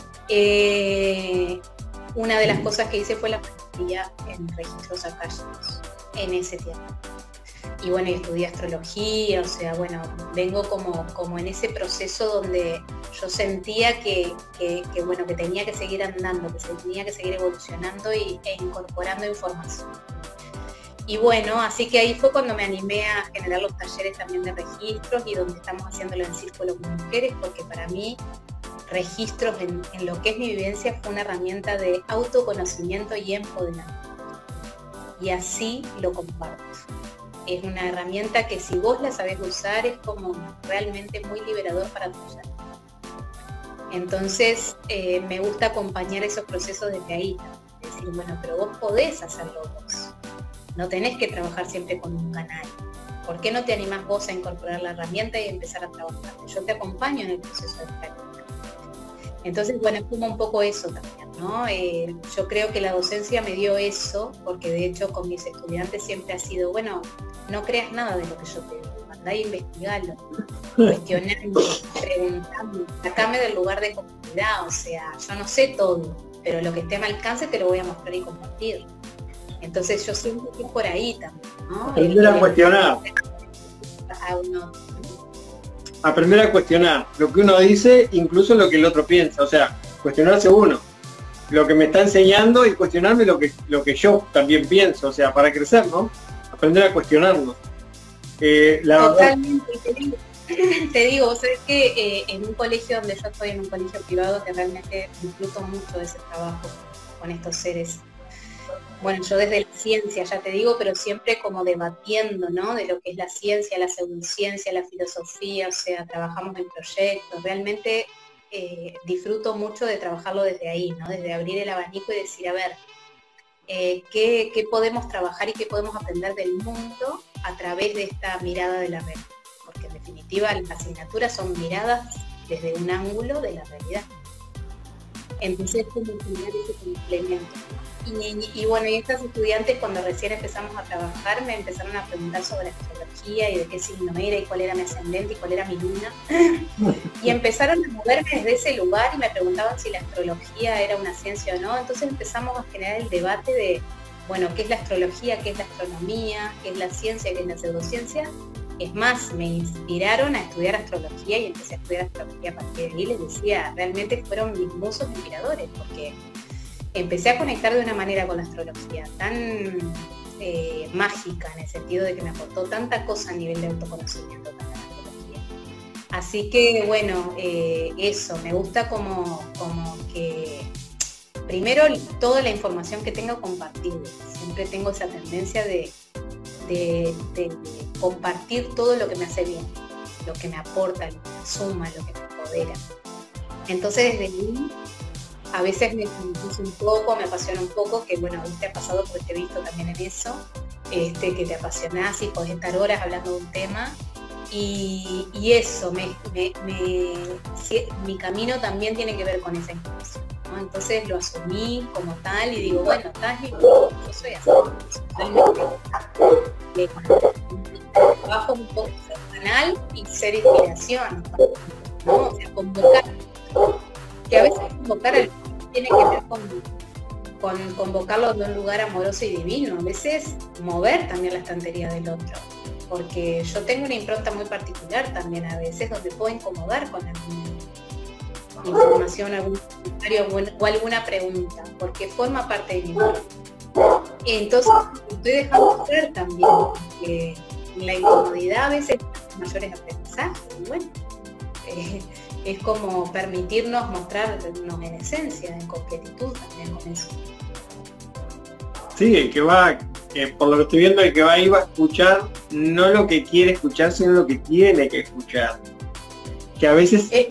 Una de las cosas que hice fue la maestría en registros akáshicos en ese tiempo. Y bueno, y estudié astrología, o sea, bueno, vengo como en ese proceso donde yo sentía que tenía que seguir andando, que se tenía que seguir evolucionando e incorporando información. Y bueno, así que ahí fue cuando me animé a generar los talleres también de registros y donde estamos haciéndolo en Círculo con Mujeres, porque para mí registros en lo que es mi vivencia fue una herramienta de autoconocimiento y empoderamiento. Y así lo comparto. Es una herramienta que si vos la sabés usar es como realmente muy liberador para tu ser. Entonces me gusta acompañar esos procesos desde ahí. Decir, bueno, pero vos podés hacerlo vos. No tenés que trabajar siempre con un canal. ¿Por qué no te animás vos a incorporar la herramienta y empezar a trabajar? Yo te acompaño en el proceso de práctica. Entonces, bueno, es como un poco eso también, ¿no? Yo creo que la docencia me dio eso, porque de hecho con mis estudiantes siempre ha sido, bueno, no creas nada de lo que yo te digo, andá a investigarlo, cuestionando, preguntando, sacame del lugar de comodidad, o sea, yo no sé todo, pero lo que esté a mi alcance te lo voy a mostrar y compartir. Entonces yo siento que es por ahí también, ¿no? Aprender a cuestionar. Aprender a cuestionar lo que uno dice, incluso lo que el otro piensa, o sea, cuestionarse uno, lo que me está enseñando y cuestionarme lo que yo también pienso, o sea, para crecer, ¿no? Aprender a cuestionarnos. Totalmente, te digo, vos sabés que en un colegio donde yo estoy, en un colegio privado, que realmente disfruto mucho de ese trabajo con estos seres. Bueno, yo desde la ciencia, ya te digo, pero siempre como debatiendo, ¿no? De lo que es la ciencia, la pseudociencia, la filosofía, o sea, trabajamos en proyectos, realmente disfruto mucho de trabajarlo desde ahí, ¿no? Desde abrir el abanico y decir, a ver, ¿qué podemos trabajar y qué podemos aprender del mundo a través de esta mirada de la realidad? Porque en definitiva las asignaturas son miradas desde un ángulo de la realidad. Entonces, como generar ese complemento. Y bueno, y estas estudiantes cuando recién empezamos a trabajar me empezaron a preguntar sobre astrología y de qué signo era y cuál era mi ascendente y cuál era mi luna. Y empezaron a moverme desde ese lugar y me preguntaban si la astrología era una ciencia o no. Entonces empezamos a generar el debate de, bueno, ¿qué es la astrología? ¿Qué es la astronomía? ¿Qué es la ciencia? ¿Qué es la pseudociencia? Es más, me inspiraron a estudiar astrología y empecé a estudiar astrología a partir de ahí. Les decía, realmente fueron mis musos inspiradores porque empecé a conectar de una manera con la astrología tan mágica, en el sentido de que me aportó tanta cosa a nivel de autoconocimiento también la astrología. Así que bueno, eso, me gusta como que primero toda la información que tengo compartirla. Siempre tengo esa tendencia de compartir todo lo que me hace bien, lo que me aporta, lo que me suma, lo que me empodera. Entonces desde ahí a veces me confuso un poco, me apasiona un poco, que bueno, te ha pasado porque te he visto también en eso, que te apasionás y podés estar horas hablando de un tema. Y eso, mi camino también tiene que ver con esa información, ¿no? Entonces lo asumí como tal y digo, bueno, yo soy así, trabajo un poco personal y ser inspiración, ¿no? O sea, convocar, que a veces convocar al tiene que ver con convocarlo de un lugar amoroso y divino, a veces mover también la estantería del otro, porque yo tengo una impronta muy particular también a veces donde puedo incomodar con alguna información, algún comentario o alguna pregunta, porque forma parte de mi vida. Entonces estoy dejando ser también, porque la incomodidad a veces mayores aprendizajes, y bueno, es como permitirnos mostrarnos en esencia, en completitud también con eso. Sí, el que va, por lo que estoy viendo, el que va ahí va a escuchar no lo que quiere escuchar, sino lo que tiene que escuchar. Que a veces... Es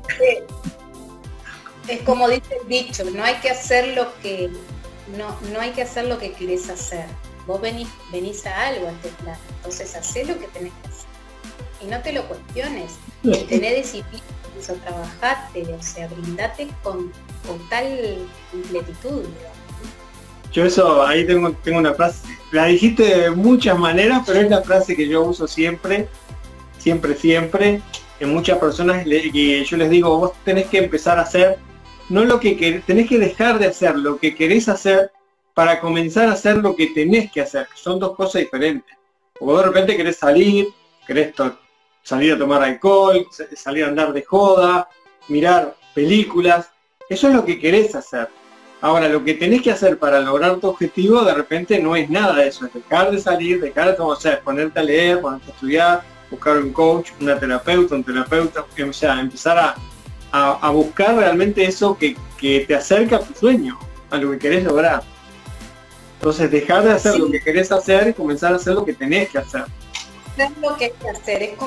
como dice el dicho, no hay que hacer lo que no hay que hacer lo que querés hacer. Vos venís a algo a este plano, entonces hacé lo que tenés que hacer. Y no te lo cuestiones, tenés disciplina, o trabajate, o sea, brindate con tal completitud, digamos. Yo eso, ahí tengo una frase, la dijiste de muchas maneras, pero es la frase que yo uso siempre, en muchas personas que yo les digo, vos tenés que empezar a hacer, no lo que querés, tenés que dejar de hacer lo que querés hacer para comenzar a hacer lo que tenés que hacer, que son dos cosas diferentes. O vos de repente querés salir, salir a tomar alcohol, salir a andar de joda, mirar películas, eso es lo que querés hacer. Ahora, lo que tenés que hacer para lograr tu objetivo, de repente no es nada de eso, es dejar de salir, dejar de tomar, o sea, ponerte a leer, ponerte a estudiar, buscar un coach, una terapeuta, un terapeuta, o sea, empezar a buscar realmente eso que te acerca a tu sueño, a lo que querés lograr. Entonces, dejar de hacer lo que querés hacer y comenzar a hacer lo que tenés que hacer. Es lo que hay que hacer, es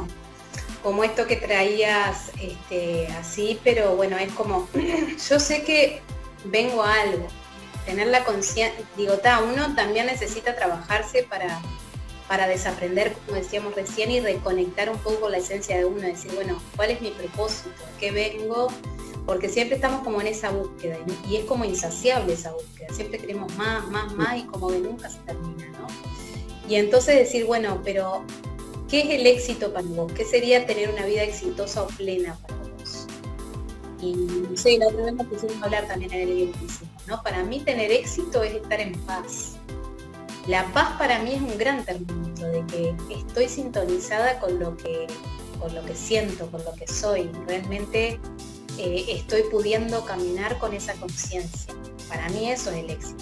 como esto que traías así, pero bueno, es como, yo sé que vengo a algo, tener la conciencia, uno también necesita trabajarse para desaprender, como decíamos recién, y reconectar un poco con la esencia de uno, decir, bueno, ¿cuál es mi propósito? ¿A qué vengo? Porque siempre estamos como en esa búsqueda, y es como insaciable esa búsqueda, siempre queremos más, y como que nunca se termina, ¿no? Y entonces decir, bueno, pero ¿qué es el éxito para vos? ¿Qué sería tener una vida exitosa o plena para vos? Y no sé, la otra vez nos pusimos a hablar también en el video que hicimos, ¿no? Para mí tener éxito es estar en paz. La paz para mí es un gran termómetro de que estoy sintonizada con lo que siento, con lo que soy. Realmente estoy pudiendo caminar con esa conciencia. Para mí eso es el éxito.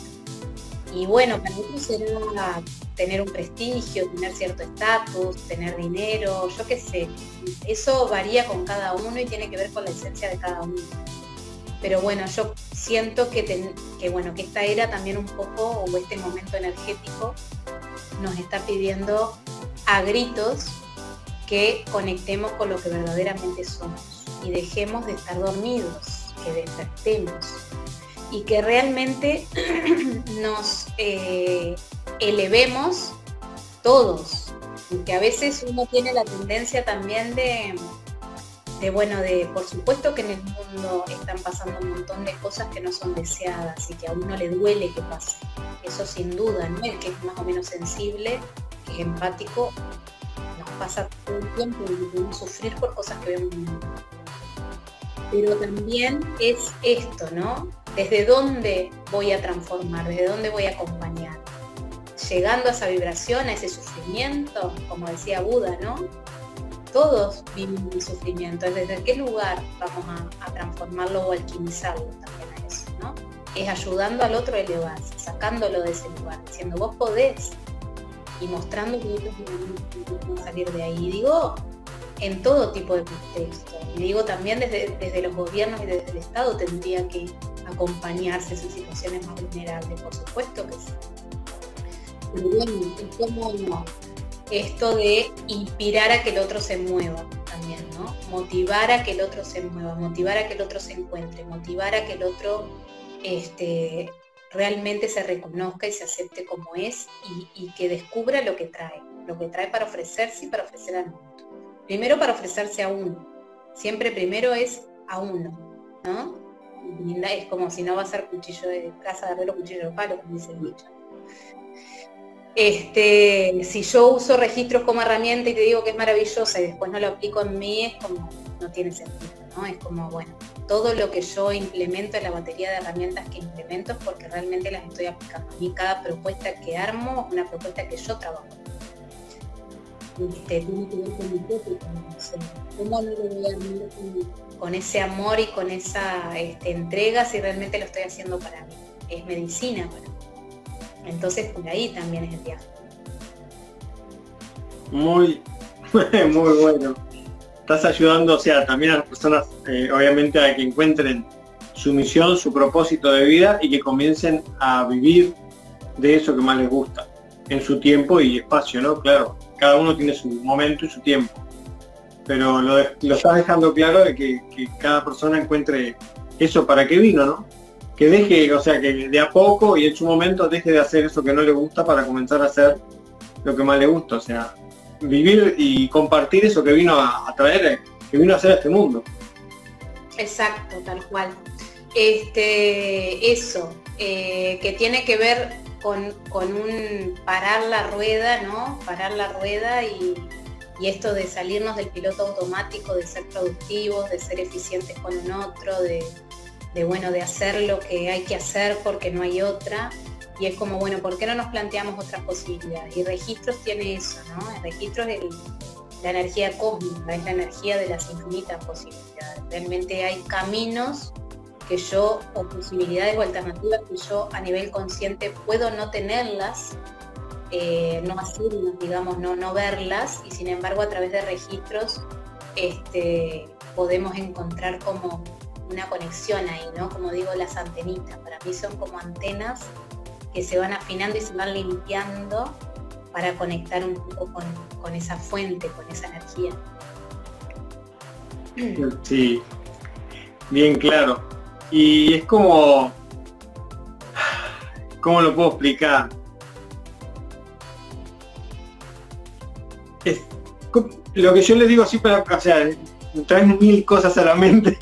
Y bueno, para mí será tener un prestigio, tener cierto estatus, tener dinero, yo qué sé. Eso varía con cada uno y tiene que ver con la esencia de cada uno. Pero bueno, yo siento que esta era también un poco, o este momento energético, nos está pidiendo a gritos que conectemos con lo que verdaderamente somos y dejemos de estar dormidos, que despertemos y que realmente nos elevemos todos, porque a veces uno tiene la tendencia también de por supuesto que en el mundo están pasando un montón de cosas que no son deseadas y que a uno le duele que pase, eso sin duda, ¿no? El que es más o menos sensible, que es empático, nos pasa todo el tiempo y podemos sufrir por cosas que vemos en el mundo. Pero también es esto, ¿no? ¿Desde dónde voy a transformar? ¿Desde dónde voy a acompañar? Llegando a esa vibración, a ese sufrimiento, como decía Buda, ¿no? Todos vivimos el sufrimiento. ¿Desde qué lugar vamos a transformarlo o alquimizarlo también a eso, ¿no? Es ayudando al otro a elevarse, sacándolo de ese lugar, diciendo vos podés y mostrando que otros pueden salir de ahí. Y digo, en todo tipo de contexto. Y digo también desde los gobiernos y desde el Estado tendría que acompañarse en situaciones más vulnerables, por supuesto que sí. Pero bueno, es como esto de inspirar a que el otro se mueva también, ¿no? Motivar a que el otro se mueva, motivar a que el otro se encuentre, motivar a que el otro realmente se reconozca y se acepte como es y que descubra lo que trae para ofrecerse y para ofrecer al mundo. Primero para ofrecerse a uno, siempre primero es a uno, ¿no? Es como si no va a ser cuchillo de casa de herrero, cuchillo de palo, como dice el dicho. Si yo uso registros como herramienta y te digo que es maravillosa y después no lo aplico en mí, es como, no tiene sentido, ¿no? Es como, bueno, todo lo que yo implemento en la batería de herramientas que implemento es porque realmente las estoy aplicando. A mí cada propuesta que armo es una propuesta que yo trabajo. Tiene que ver con mi propio conocimiento. ¿Cómo no lo voy a armar con ese amor y con esa entrega si realmente lo estoy haciendo para mí? Es medicina para mí. Entonces por ahí también es el viaje. Muy bueno. Estás ayudando, o sea, también a las personas, obviamente, a que encuentren su misión, su propósito de vida y que comiencen a vivir de eso que más les gusta, en su tiempo y espacio, ¿no? Claro, cada uno tiene su momento y su tiempo. Pero lo estás dejando claro de que cada persona encuentre eso para qué vino, ¿no? Que deje, o sea, que de a poco y en su momento deje de hacer eso que no le gusta para comenzar a hacer lo que más le gusta, o sea, vivir y compartir eso que vino a traer, que vino a hacer a este mundo. Exacto, tal cual. Eso, que tiene que ver con un parar la rueda, ¿no? Parar la rueda y Y esto de salirnos del piloto automático, de ser productivos, de ser eficientes con un otro, de hacer lo que hay que hacer porque no hay otra. Y es como, bueno, ¿por qué no nos planteamos otras posibilidades? Y Registros tiene eso, ¿no? El Registros es la energía cósmica, es la energía de las infinitas posibilidades. Realmente hay caminos que yo, o posibilidades o alternativas que yo a nivel consciente puedo no tenerlas, no hacerlas, digamos, no verlas, y sin embargo a través de Registros podemos encontrar como una conexión ahí, ¿no? Como digo, las antenitas, para mí son como antenas que se van afinando y se van limpiando para conectar un poco con esa fuente, con esa energía. Sí, bien claro. Y es como, ¿cómo lo puedo explicar? Es lo que yo les digo siempre, o sea, traen mil cosas a la mente.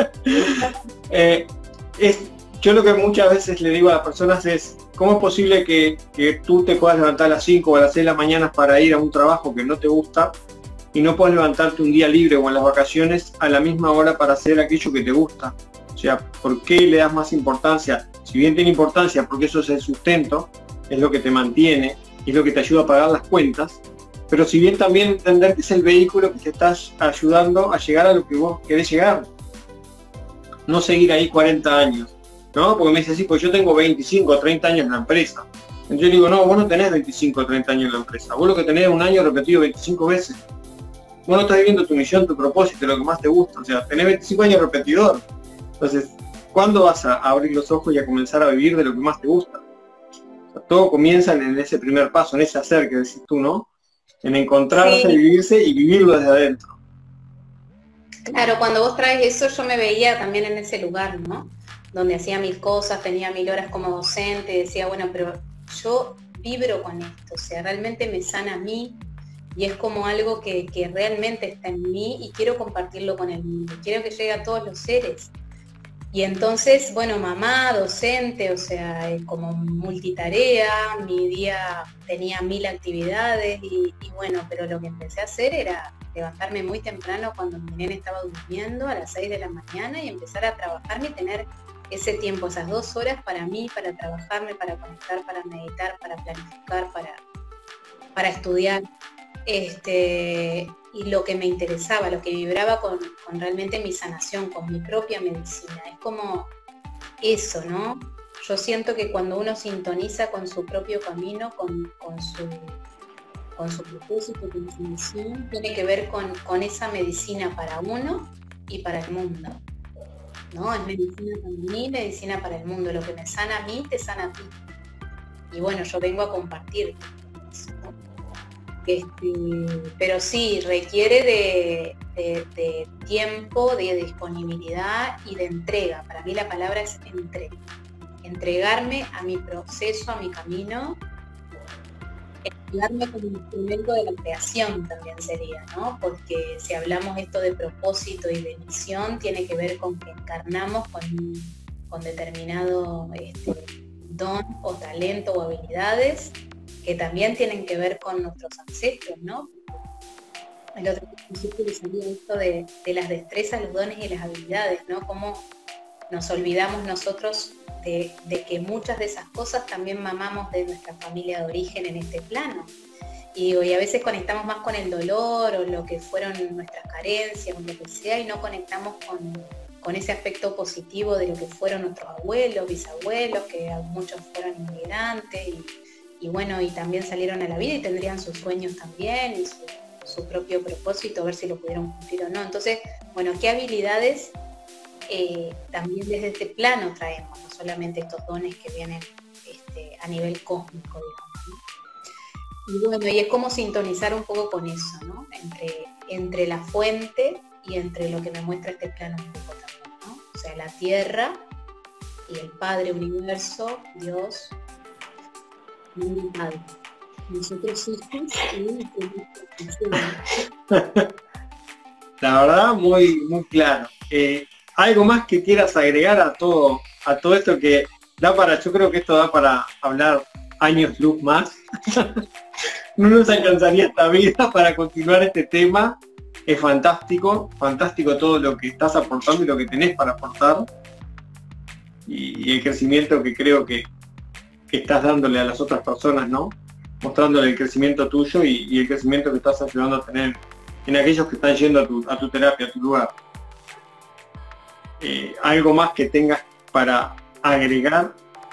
Yo lo que muchas veces le digo a las personas es, ¿cómo es posible que tú te puedas levantar a las 5 o a las 6 de la mañana para ir a un trabajo que no te gusta y no puedas levantarte un día libre o en las vacaciones a la misma hora para hacer aquello que te gusta? O sea, ¿por qué le das más importancia? Si bien tiene importancia porque eso es el sustento, es lo que te mantiene, es lo que te ayuda a pagar las cuentas, pero si bien también entender que es el vehículo que te está ayudando a llegar a lo que vos querés llegar. No seguir ahí 40 años. ¿No? Porque me dice así, pues yo tengo 25 o 30 años en la empresa. Entonces yo digo, no, vos no tenés 25 o 30 años en la empresa. Vos lo que tenés es un año repetido 25 veces. Vos no estás viviendo tu misión, tu propósito, lo que más te gusta. O sea, tenés 25 años repetidor. Entonces, ¿cuándo vas a abrir los ojos y a comenzar a vivir de lo que más te gusta? O sea, todo comienza en ese primer paso, en ese hacer que decís tú, ¿no? En encontrarse, Sí. vivirse y vivirlo desde adentro. Claro, cuando vos traes eso yo me veía también en ese lugar, ¿no? Donde hacía mil cosas, tenía 1000 horas como docente, decía, bueno, pero yo vibro con esto, o sea, realmente me sana a mí y es como algo que realmente está en mí y quiero compartirlo con el mundo, quiero que llegue a todos los seres. Y entonces, bueno, mamá, docente, o sea, como multitarea, mi día tenía 1000 actividades y bueno, pero lo que empecé a hacer era levantarme muy temprano cuando mi nene estaba durmiendo a las 6 de la mañana y empezar a trabajarme y tener ese tiempo, esas 2 horas para mí, para trabajarme, para conectar, para meditar, para planificar, para estudiar. Y lo que me interesaba, lo que vibraba con realmente mi sanación, con mi propia medicina. Es como eso, ¿no? Yo siento que cuando uno sintoniza con su propio camino, con su propósito, con su misión, tiene que ver con esa medicina para uno y para el mundo. ¿No? Es medicina para mí, medicina para el mundo. Lo que me sana a mí, te sana a ti. Y bueno, yo vengo a compartir eso, ¿no? Pero sí, requiere de tiempo, de disponibilidad y de entrega. Para mí la palabra es entrega. Entregarme a mi proceso, a mi camino, entregarme como instrumento de la creación también sería, ¿no? Porque si hablamos esto de propósito y de misión, tiene que ver con que encarnamos con determinado don o talento o habilidades que también tienen que ver con nuestros ancestros, ¿no? El otro principio que salía esto de las destrezas, los dones y las habilidades, ¿no? Cómo nos olvidamos nosotros de que muchas de esas cosas también mamamos de nuestra familia de origen en este plano. Y a veces conectamos más con el dolor o lo que fueron nuestras carencias o lo que sea y no conectamos con ese aspecto positivo de lo que fueron nuestros abuelos, bisabuelos, que muchos fueron inmigrantes y bueno, y también salieron a la vida y tendrían sus sueños también y su propio propósito, a ver si lo pudieron cumplir o no. Entonces, bueno, ¿qué habilidades también desde este plano traemos? No solamente estos dones que vienen a nivel cósmico, digamos, ¿no? Y bueno, y es como sintonizar un poco con eso, ¿no? Entre la fuente y entre lo que me muestra este plano un poco también, ¿no? O sea, la tierra y el Padre Universo, Dios, muy padre. Nosotros hijos y La verdad, muy, muy claro. ¿Algo más que quieras agregar a todo esto que da para, yo creo que esto da para hablar años luz más? No nos alcanzaría esta vida para continuar este tema. Es fantástico, fantástico todo lo que estás aportando y lo que tenés para aportar. Y el crecimiento que creo que estás dándole a las otras personas, ¿no? Mostrándole el crecimiento tuyo y el crecimiento que estás ayudando a tener en aquellos que están yendo a tu terapia, a tu lugar. ¿Algo más que tengas para agregar?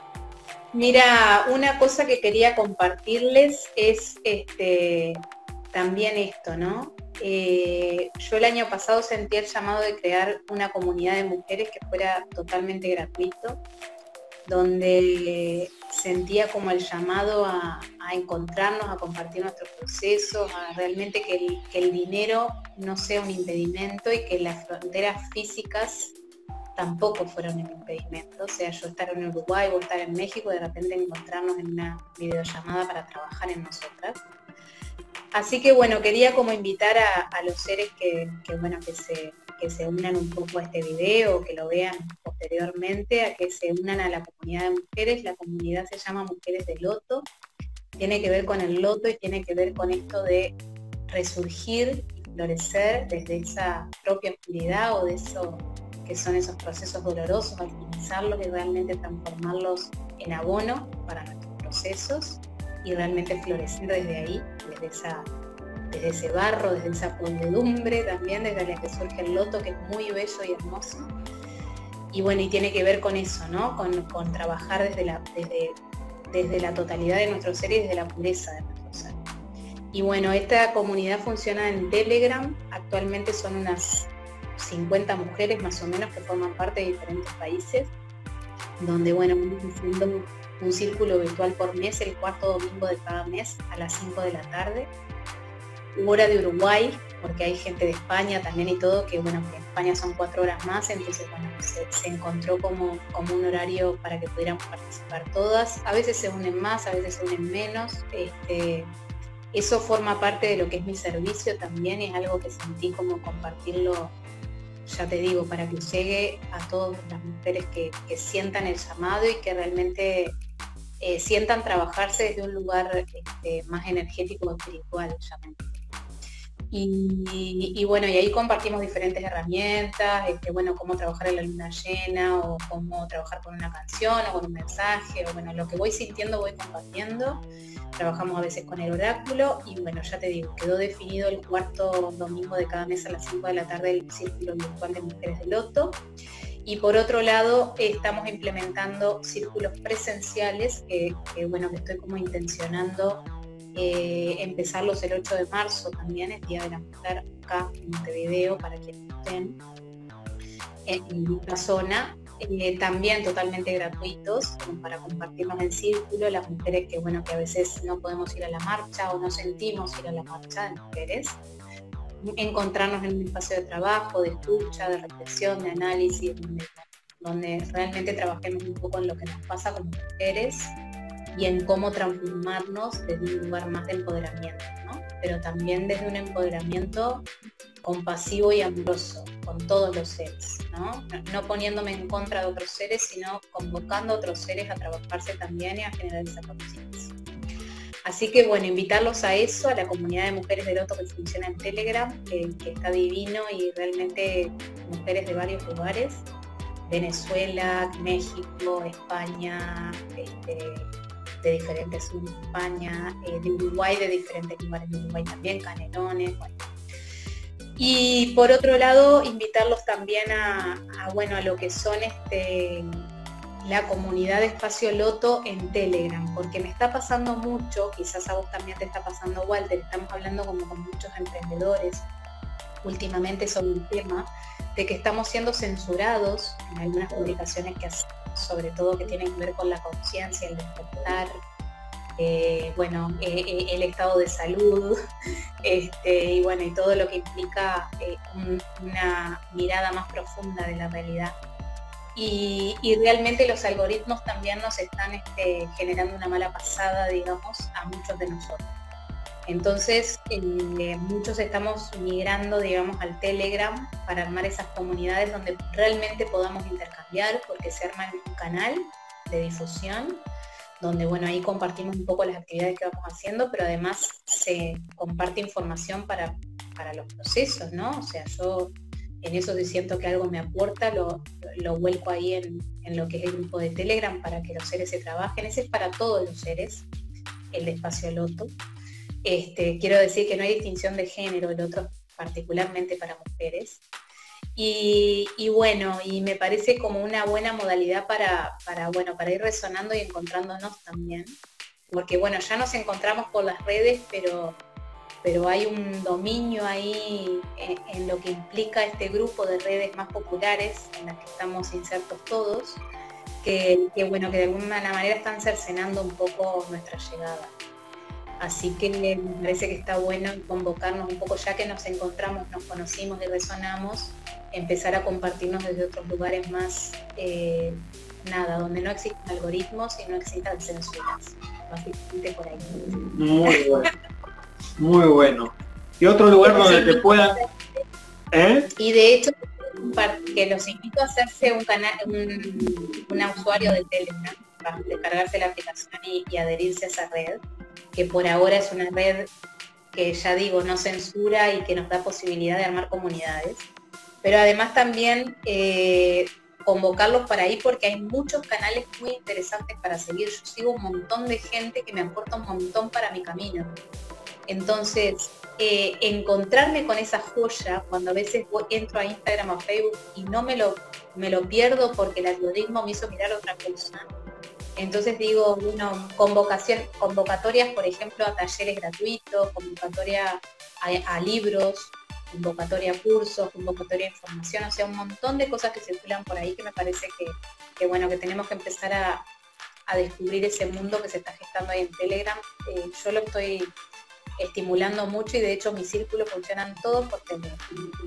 Mira, una cosa que quería compartirles es también esto, ¿no? Yo el año pasado sentí el llamado de crear una comunidad de mujeres que fuera totalmente gratuito, donde sentía como el llamado a encontrarnos, a compartir nuestros procesos, a realmente que el dinero no sea un impedimento y que las fronteras físicas tampoco fueron un impedimento. O sea, yo estar en Uruguay o estar en México, de repente encontrarnos en una videollamada para trabajar en nosotras. Así que bueno, quería como invitar a los seres que se unan un poco a este video, que lo vean posteriormente, a que se unan a la comunidad de mujeres. La comunidad se llama Mujeres de Loto, tiene que ver con el loto y tiene que ver con esto de resurgir y florecer desde esa propia oscuridad o de eso que son esos procesos dolorosos, alquimizarlos y realmente transformarlos en abono para nuestros procesos y realmente florecer desde ahí, desde ese barro, desde esa podredumbre también, desde la que surge el loto, que es muy bello y hermoso. Y bueno, y tiene que ver con eso, ¿no? Con trabajar desde la totalidad de nuestro ser y desde la pureza de nuestro ser. Y bueno, esta comunidad funciona en Telegram. Actualmente son unas 50 mujeres más o menos que forman parte de diferentes países, donde bueno, vamos haciendo un círculo virtual por mes, el cuarto domingo de cada mes a las 5 de la tarde, hora de Uruguay, porque hay gente de España también y todo, que bueno, que en España son 4 horas más, entonces bueno, se encontró como un horario para que pudiéramos participar todas. A veces se unen más, a veces se unen menos. Eso forma parte de lo que es mi servicio también, es algo que sentí como compartirlo, ya te digo, para que llegue a todas las mujeres que sientan el llamado y que realmente sientan trabajarse desde un lugar más energético o espiritual, llamémoslo. Y bueno, y ahí compartimos diferentes herramientas, bueno, cómo trabajar en la luna llena, o cómo trabajar con una canción, o con un mensaje, o bueno, lo que voy sintiendo voy compartiendo. Trabajamos a veces con el oráculo, y bueno, ya te digo, quedó definido el cuarto domingo de cada mes a las 5 de la tarde el círculo virtual de Mujeres de Loto. Y por otro lado, estamos implementando círculos presenciales, bueno, que estoy como intencionando empezarlos el 8 de marzo también, el Día de la Mujer, acá en Montevideo, para quienes estén en la zona, también totalmente gratuitos, como para compartirnos en círculo, las mujeres que bueno, que a veces no podemos ir a la marcha o no sentimos ir a la marcha de mujeres, encontrarnos en un espacio de trabajo, de escucha, de reflexión, de análisis, donde realmente trabajemos un poco en lo que nos pasa como mujeres y en cómo transformarnos desde un lugar más de empoderamiento, ¿no? Pero también desde un empoderamiento compasivo y amoroso con todos los seres, ¿no? No poniéndome en contra de otros seres, sino convocando a otros seres a trabajarse también y a generar esa conciencia. Así que bueno, invitarlos a eso, a la comunidad de Mujeres de Loto que funciona en Telegram, que está divino, y realmente mujeres de varios lugares, Venezuela, México, España, de diferentes zonas de España, de Uruguay, de diferentes lugares de Uruguay también, Canelones, bueno. Y por otro lado, invitarlos también a lo que son la comunidad de Espacio Loto en Telegram, porque me está pasando mucho, quizás a vos también te está pasando, Walter, estamos hablando como con muchos emprendedores últimamente sobre el tema de que estamos siendo censurados en algunas publicaciones que hacemos, sobre todo que tienen que ver con la conciencia, el despertar, el estado de salud, y bueno, y todo lo que implica una mirada más profunda de la realidad. Y realmente los algoritmos también nos están generando una mala pasada, digamos, a muchos de nosotros. Entonces, muchos estamos migrando, digamos, al Telegram para armar esas comunidades donde realmente podamos intercambiar, porque se arma un canal de difusión donde bueno, ahí compartimos un poco las actividades que vamos haciendo, pero además se comparte información para los procesos, ¿no? O sea, yo en eso, si siento que algo me aporta, lo vuelco ahí en lo que es el grupo de Telegram para que los seres se trabajen. Ese es para todos los seres, el de Espacio Loto. Quiero decir que no hay distinción de género, el otro particularmente para mujeres. Y bueno, y me parece como una buena modalidad para ir resonando y encontrándonos también. Porque bueno, ya nos encontramos por las redes, pero hay un dominio ahí en lo que implica este grupo de redes más populares en las que estamos insertos todos, que bueno, que de alguna manera están cercenando un poco nuestra llegada. Así que me parece que está bueno convocarnos un poco, ya que nos encontramos, nos conocimos y resonamos, empezar a compartirnos desde otros lugares más, donde no existen algoritmos y no existan censuras. Básicamente por ahí. Muy bueno. Muy bueno. ¿Y otro lugar donde te puedan? Y de hecho, que los invito a hacerse un canal, un usuario de Telegram, para descargarse la aplicación y adherirse a esa red, que por ahora es una red que ya digo, no censura y que nos da posibilidad de armar comunidades. Pero además también convocarlos para ahí porque hay muchos canales muy interesantes para seguir. Yo sigo un montón de gente que me aporta un montón para mi camino. Entonces, encontrarme con esa joya, cuando a veces entro a Instagram o Facebook y no me lo pierdo porque el algoritmo me hizo mirar otra cosa. Entonces digo, convocatorias, por ejemplo, a talleres gratuitos, convocatoria a libros, convocatoria a cursos, convocatoria a información, o sea, un montón de cosas que circulan por ahí que me parece que tenemos que empezar a descubrir ese mundo que se está gestando ahí en Telegram. Yo lo estoy estimulando mucho y de hecho mis círculos funcionan todos por Telegram.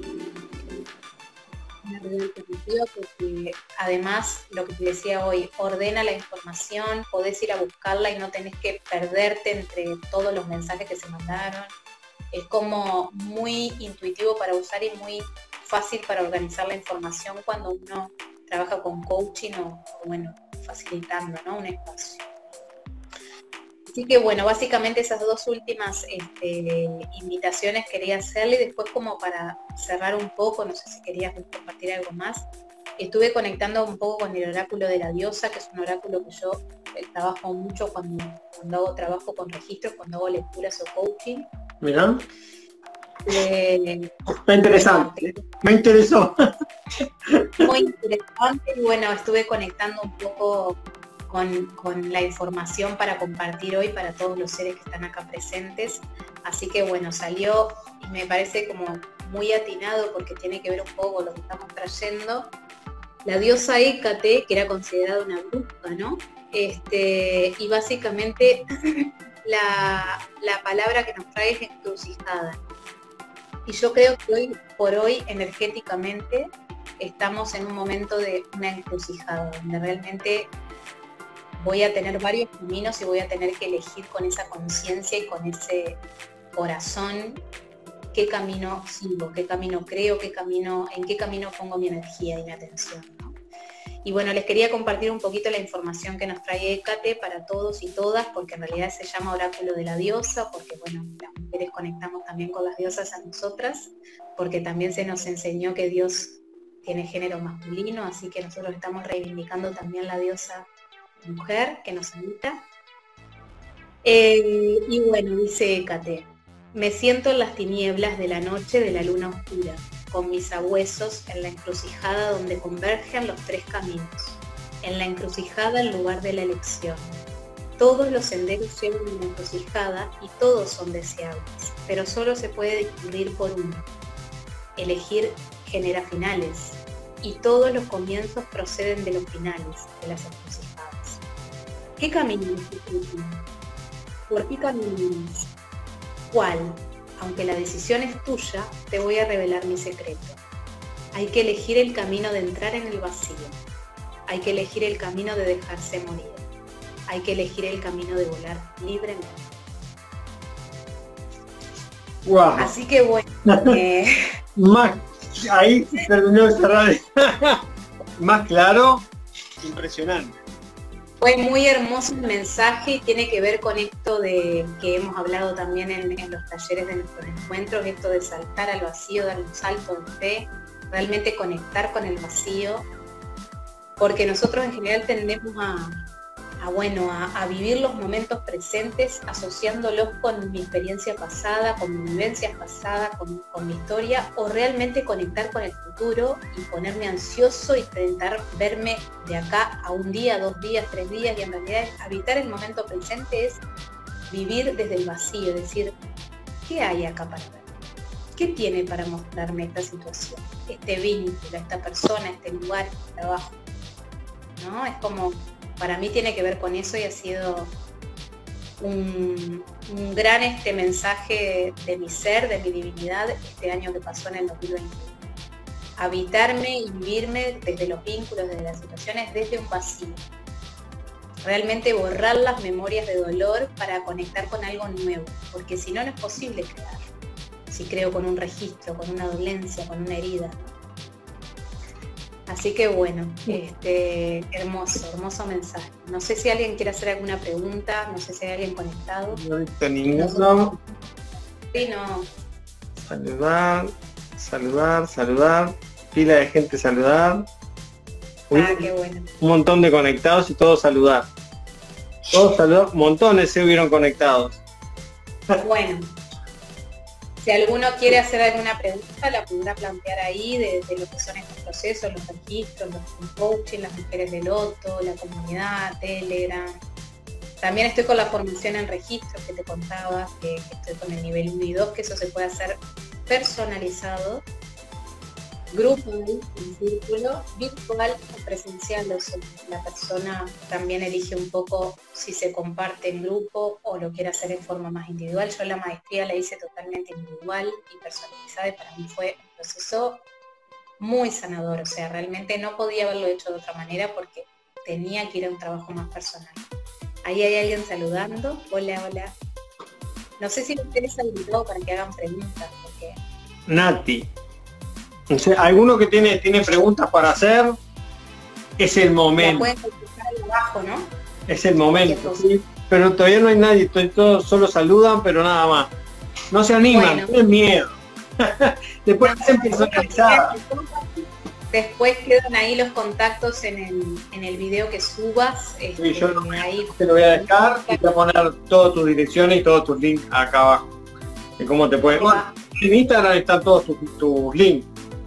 Porque además, lo que te decía hoy, ordena la información, podés ir a buscarla y no tenés que perderte entre todos los mensajes que se mandaron. Es como muy intuitivo para usar y muy fácil para organizar la información cuando uno trabaja con coaching o facilitando, ¿no?, un espacio. Así que bueno, básicamente esas dos últimas invitaciones quería hacerle, y después como para cerrar un poco, no sé si querías compartir algo más, estuve conectando un poco con el oráculo de la diosa, que es un oráculo que yo trabajo mucho cuando hago trabajo con registros, cuando hago lecturas o coaching. Mirá. Está interesante, me interesó. Muy interesante, y bueno, estuve conectando un poco con la información para compartir hoy para todos los seres que están acá presentes. Así que bueno, salió y me parece como muy atinado porque tiene que ver un poco con lo que estamos trayendo. La diosa Hécate, que era considerada una bruja, ¿no? Y básicamente la palabra que nos trae es encrucijada. Y yo creo que hoy por hoy, energéticamente, estamos en un momento de una encrucijada, donde realmente voy a tener varios caminos y voy a tener que elegir con esa conciencia y con ese corazón qué camino sigo, qué camino creo, en qué camino pongo mi energía y mi atención, ¿no? Y bueno, les quería compartir un poquito la información que nos trae Hécate para todos y todas, porque en realidad se llama oráculo de la diosa, porque bueno, las mujeres conectamos también con las diosas a nosotras, porque también se nos enseñó que Dios tiene género masculino, así que nosotros estamos reivindicando también la diosa mujer que nos habita. Y bueno, dice Hécate: me siento en las tinieblas de la noche de la luna oscura, con mis sabuesos en la encrucijada donde convergen los tres caminos, en la encrucijada el lugar de la elección. Todos los senderos llevan a la encrucijada y todos son deseables, pero solo se puede discurrir por uno. Elegir genera finales, y todos los comienzos proceden de los finales, de las encrucijadas. ¿Qué camino es tu último? ¿Por qué camino es? ¿Cuál? Aunque la decisión es tuya, te voy a revelar mi secreto. Hay que elegir el camino de entrar en el vacío. Hay que elegir el camino de dejarse morir. Hay que elegir el camino de volar libremente. Wow. Así que bueno. Más, ahí terminó de cerrar. Más claro, impresionante. Fue muy hermoso el mensaje y tiene que ver con esto de que hemos hablado también en los talleres de nuestros encuentros, esto de saltar al vacío, dar un salto de fe, realmente conectar con el vacío, porque nosotros en general tendemos a vivir los momentos presentes asociándolos con mi experiencia pasada, con mi vivencia pasada, con mi historia, o realmente conectar con el futuro y ponerme ansioso y intentar verme de acá a un día, 2 días, 3 días, y en realidad habitar el momento presente es vivir desde el vacío, es decir, ¿qué hay acá para ver? ¿Qué tiene para mostrarme esta situación, este vínculo, esta persona, este lugar, este trabajo? ¿No? Es como, para mí tiene que ver con eso y ha sido un gran mensaje de mi ser, de mi divinidad, este año que pasó en el 2020. Habitarme y vivirme desde los vínculos, desde las situaciones, desde un vacío. Realmente borrar las memorias de dolor para conectar con algo nuevo, porque si no, no es posible crear. Si creo con un registro, con una dolencia, con una herida. Así que bueno, hermoso mensaje. No sé si alguien quiere hacer alguna pregunta, no sé si hay alguien conectado. No he visto ninguno. Sí, no. Saludar. Pila de gente saludar. Qué bueno. Un montón de conectados y todos saludar. Montones se hubieron conectados. Bueno. Si alguno quiere hacer alguna pregunta, la podrá plantear ahí de lo que son estos procesos, los registros, los coaching, las mujeres de loto, la comunidad, Telegram. También estoy con la formación en registros que te contaba, que estoy con el nivel 1 y 2, que eso se puede hacer personalizado, grupo, en círculo, virtual o presencial. O sea, la persona también elige un poco si se comparte en grupo o lo quiere hacer en forma más individual. Yo la maestría la hice totalmente individual y personalizada y para mí fue un proceso muy sanador. O sea, realmente no podía haberlo hecho de otra manera porque tenía que ir a un trabajo más personal. Ahí hay alguien saludando. Hola. No sé si ustedes han invitado para que hagan preguntas. Porque... Nati. No sé, alguno que tiene preguntas para hacer, es el momento. La pueden contestar ahí abajo, ¿no? Es el momento, sí. Pero todavía no hay nadie, todos solo saludan, pero nada más. No se animan, bueno. tienen miedo. Después hacen personalizar. Después quedan ahí los contactos en el video que subas. Sí, yo ahí te lo voy a dejar y voy a poner todas tus direcciones y todos tus links acá abajo. De cómo te pueden... En Instagram están todos tus links.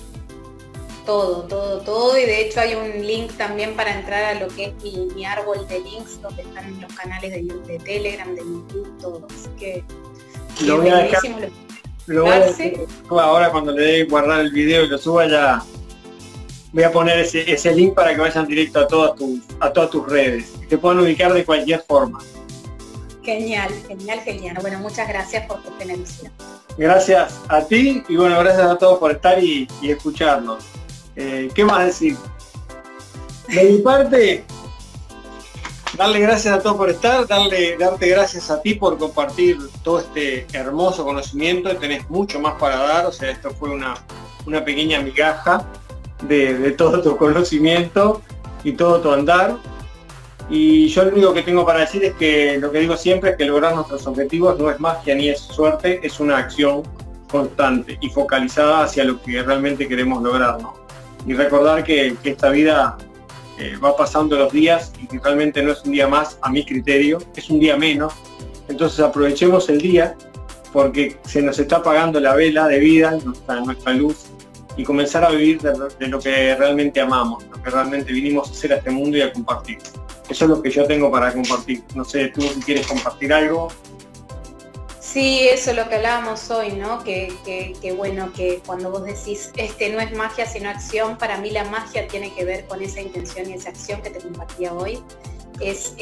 Todo, y de hecho hay un link también para entrar a lo que es mi árbol de links, donde están los canales de Telegram, de YouTube, todo. Así que lo voy a dejar. Ahora cuando le dé guardar el video y lo suba, ya voy a poner ese link para que vayan directo a todas tus redes y te puedan ubicar de cualquier forma. Genial. Bueno, muchas gracias por tu generosidad. Gracias a ti y bueno, gracias a todos por estar y escucharnos. ¿Qué más decir? De mi parte, darle gracias a todos por estar, darte gracias a ti por compartir todo este hermoso conocimiento. Tenés mucho más para dar, o sea, esto fue una pequeña migaja de todo tu conocimiento y todo tu andar. Y yo lo único que tengo para decir es que lo que digo siempre es que lograr nuestros objetivos no es magia ni es suerte, es una acción constante y focalizada hacia lo que realmente queremos lograr, ¿no? Y recordar que esta vida va pasando los días y que realmente no es un día más a mi criterio, es un día menos. Entonces aprovechemos el día porque se nos está apagando la vela de vida, nuestra luz, y comenzar a vivir de lo que realmente amamos, lo que realmente vinimos a hacer a este mundo y a compartir. Eso es lo que yo tengo para compartir. No sé, tú si quieres compartir algo. Sí, eso es lo que hablábamos hoy, ¿no? Que bueno, que cuando vos decís, no es magia sino acción, para mí la magia tiene que ver con esa intención y esa acción que te compartía hoy. Es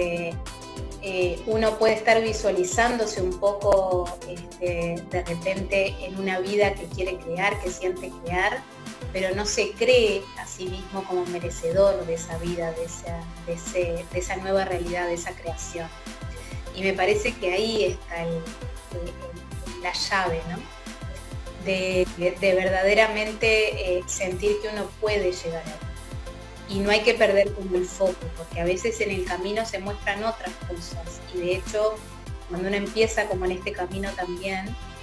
uno puede estar visualizándose un poco de repente en una vida que quiere crear, que siente crear, pero no se cree a sí mismo como merecedor de esa vida, de esa nueva realidad, de esa creación. Y me parece que ahí está la llave, ¿no? De verdaderamente sentir que uno puede llegar ahí. y no hay que perder como el foco, porque a veces en el camino se muestran otras cosas, y de hecho cuando uno empieza como en este camino también,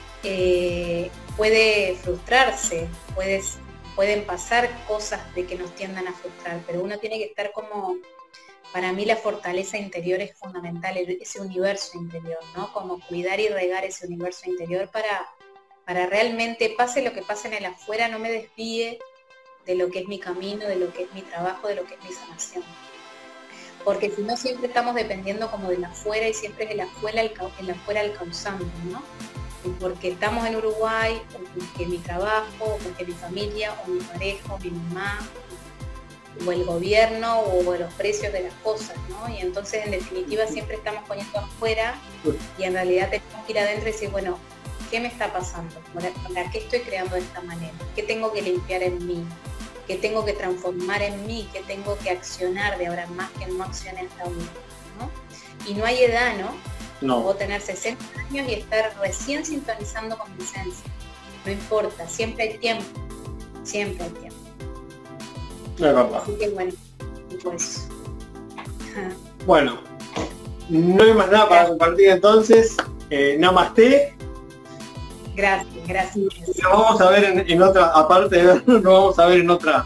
puede frustrarse, pueden pasar cosas de que nos tiendan a frustrar, pero uno tiene que estar como, para mí la fortaleza interior es fundamental, ese universo interior, ¿no? Como cuidar y regar ese universo interior para realmente, pase lo que pase en el afuera, no me desvíe de lo que es mi camino, de lo que es mi trabajo, de lo que es mi sanación. Porque si no, siempre estamos dependiendo como del afuera, y siempre es el afuera el causante, ¿no? Porque estamos en Uruguay, o porque mi trabajo, o porque mi familia, o mi pareja, o mi mamá, o el gobierno, o los precios de las cosas, ¿no? Y entonces en definitiva siempre estamos poniendo afuera, y en realidad tenemos que ir adentro y decir, bueno, ¿qué me está pasando? ¿Para qué estoy creando de esta manera? ¿Qué tengo que limpiar en mí? ¿Qué tengo que transformar en mí? ¿Qué tengo que accionar de ahora en más que no accione hasta ahora? ¿No? Y no hay edad, ¿no? No. Puedo tener 60 años y estar recién sintonizando con mi esencia. No importa, siempre hay tiempo. Siempre hay tiempo. No es verdad. Así que bueno, pues. Bueno, no hay más nada para compartir entonces. Namaste. Gracias. Nos vamos a ver en otra, aparte de vernos, nos vamos a ver en otro,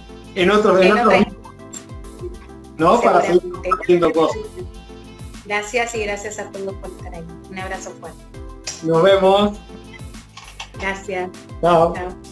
¿no? Para seguir haciendo cosas. Gracias, y gracias a todos por estar ahí. Un abrazo fuerte. Nos vemos. Gracias. Chao. Chao.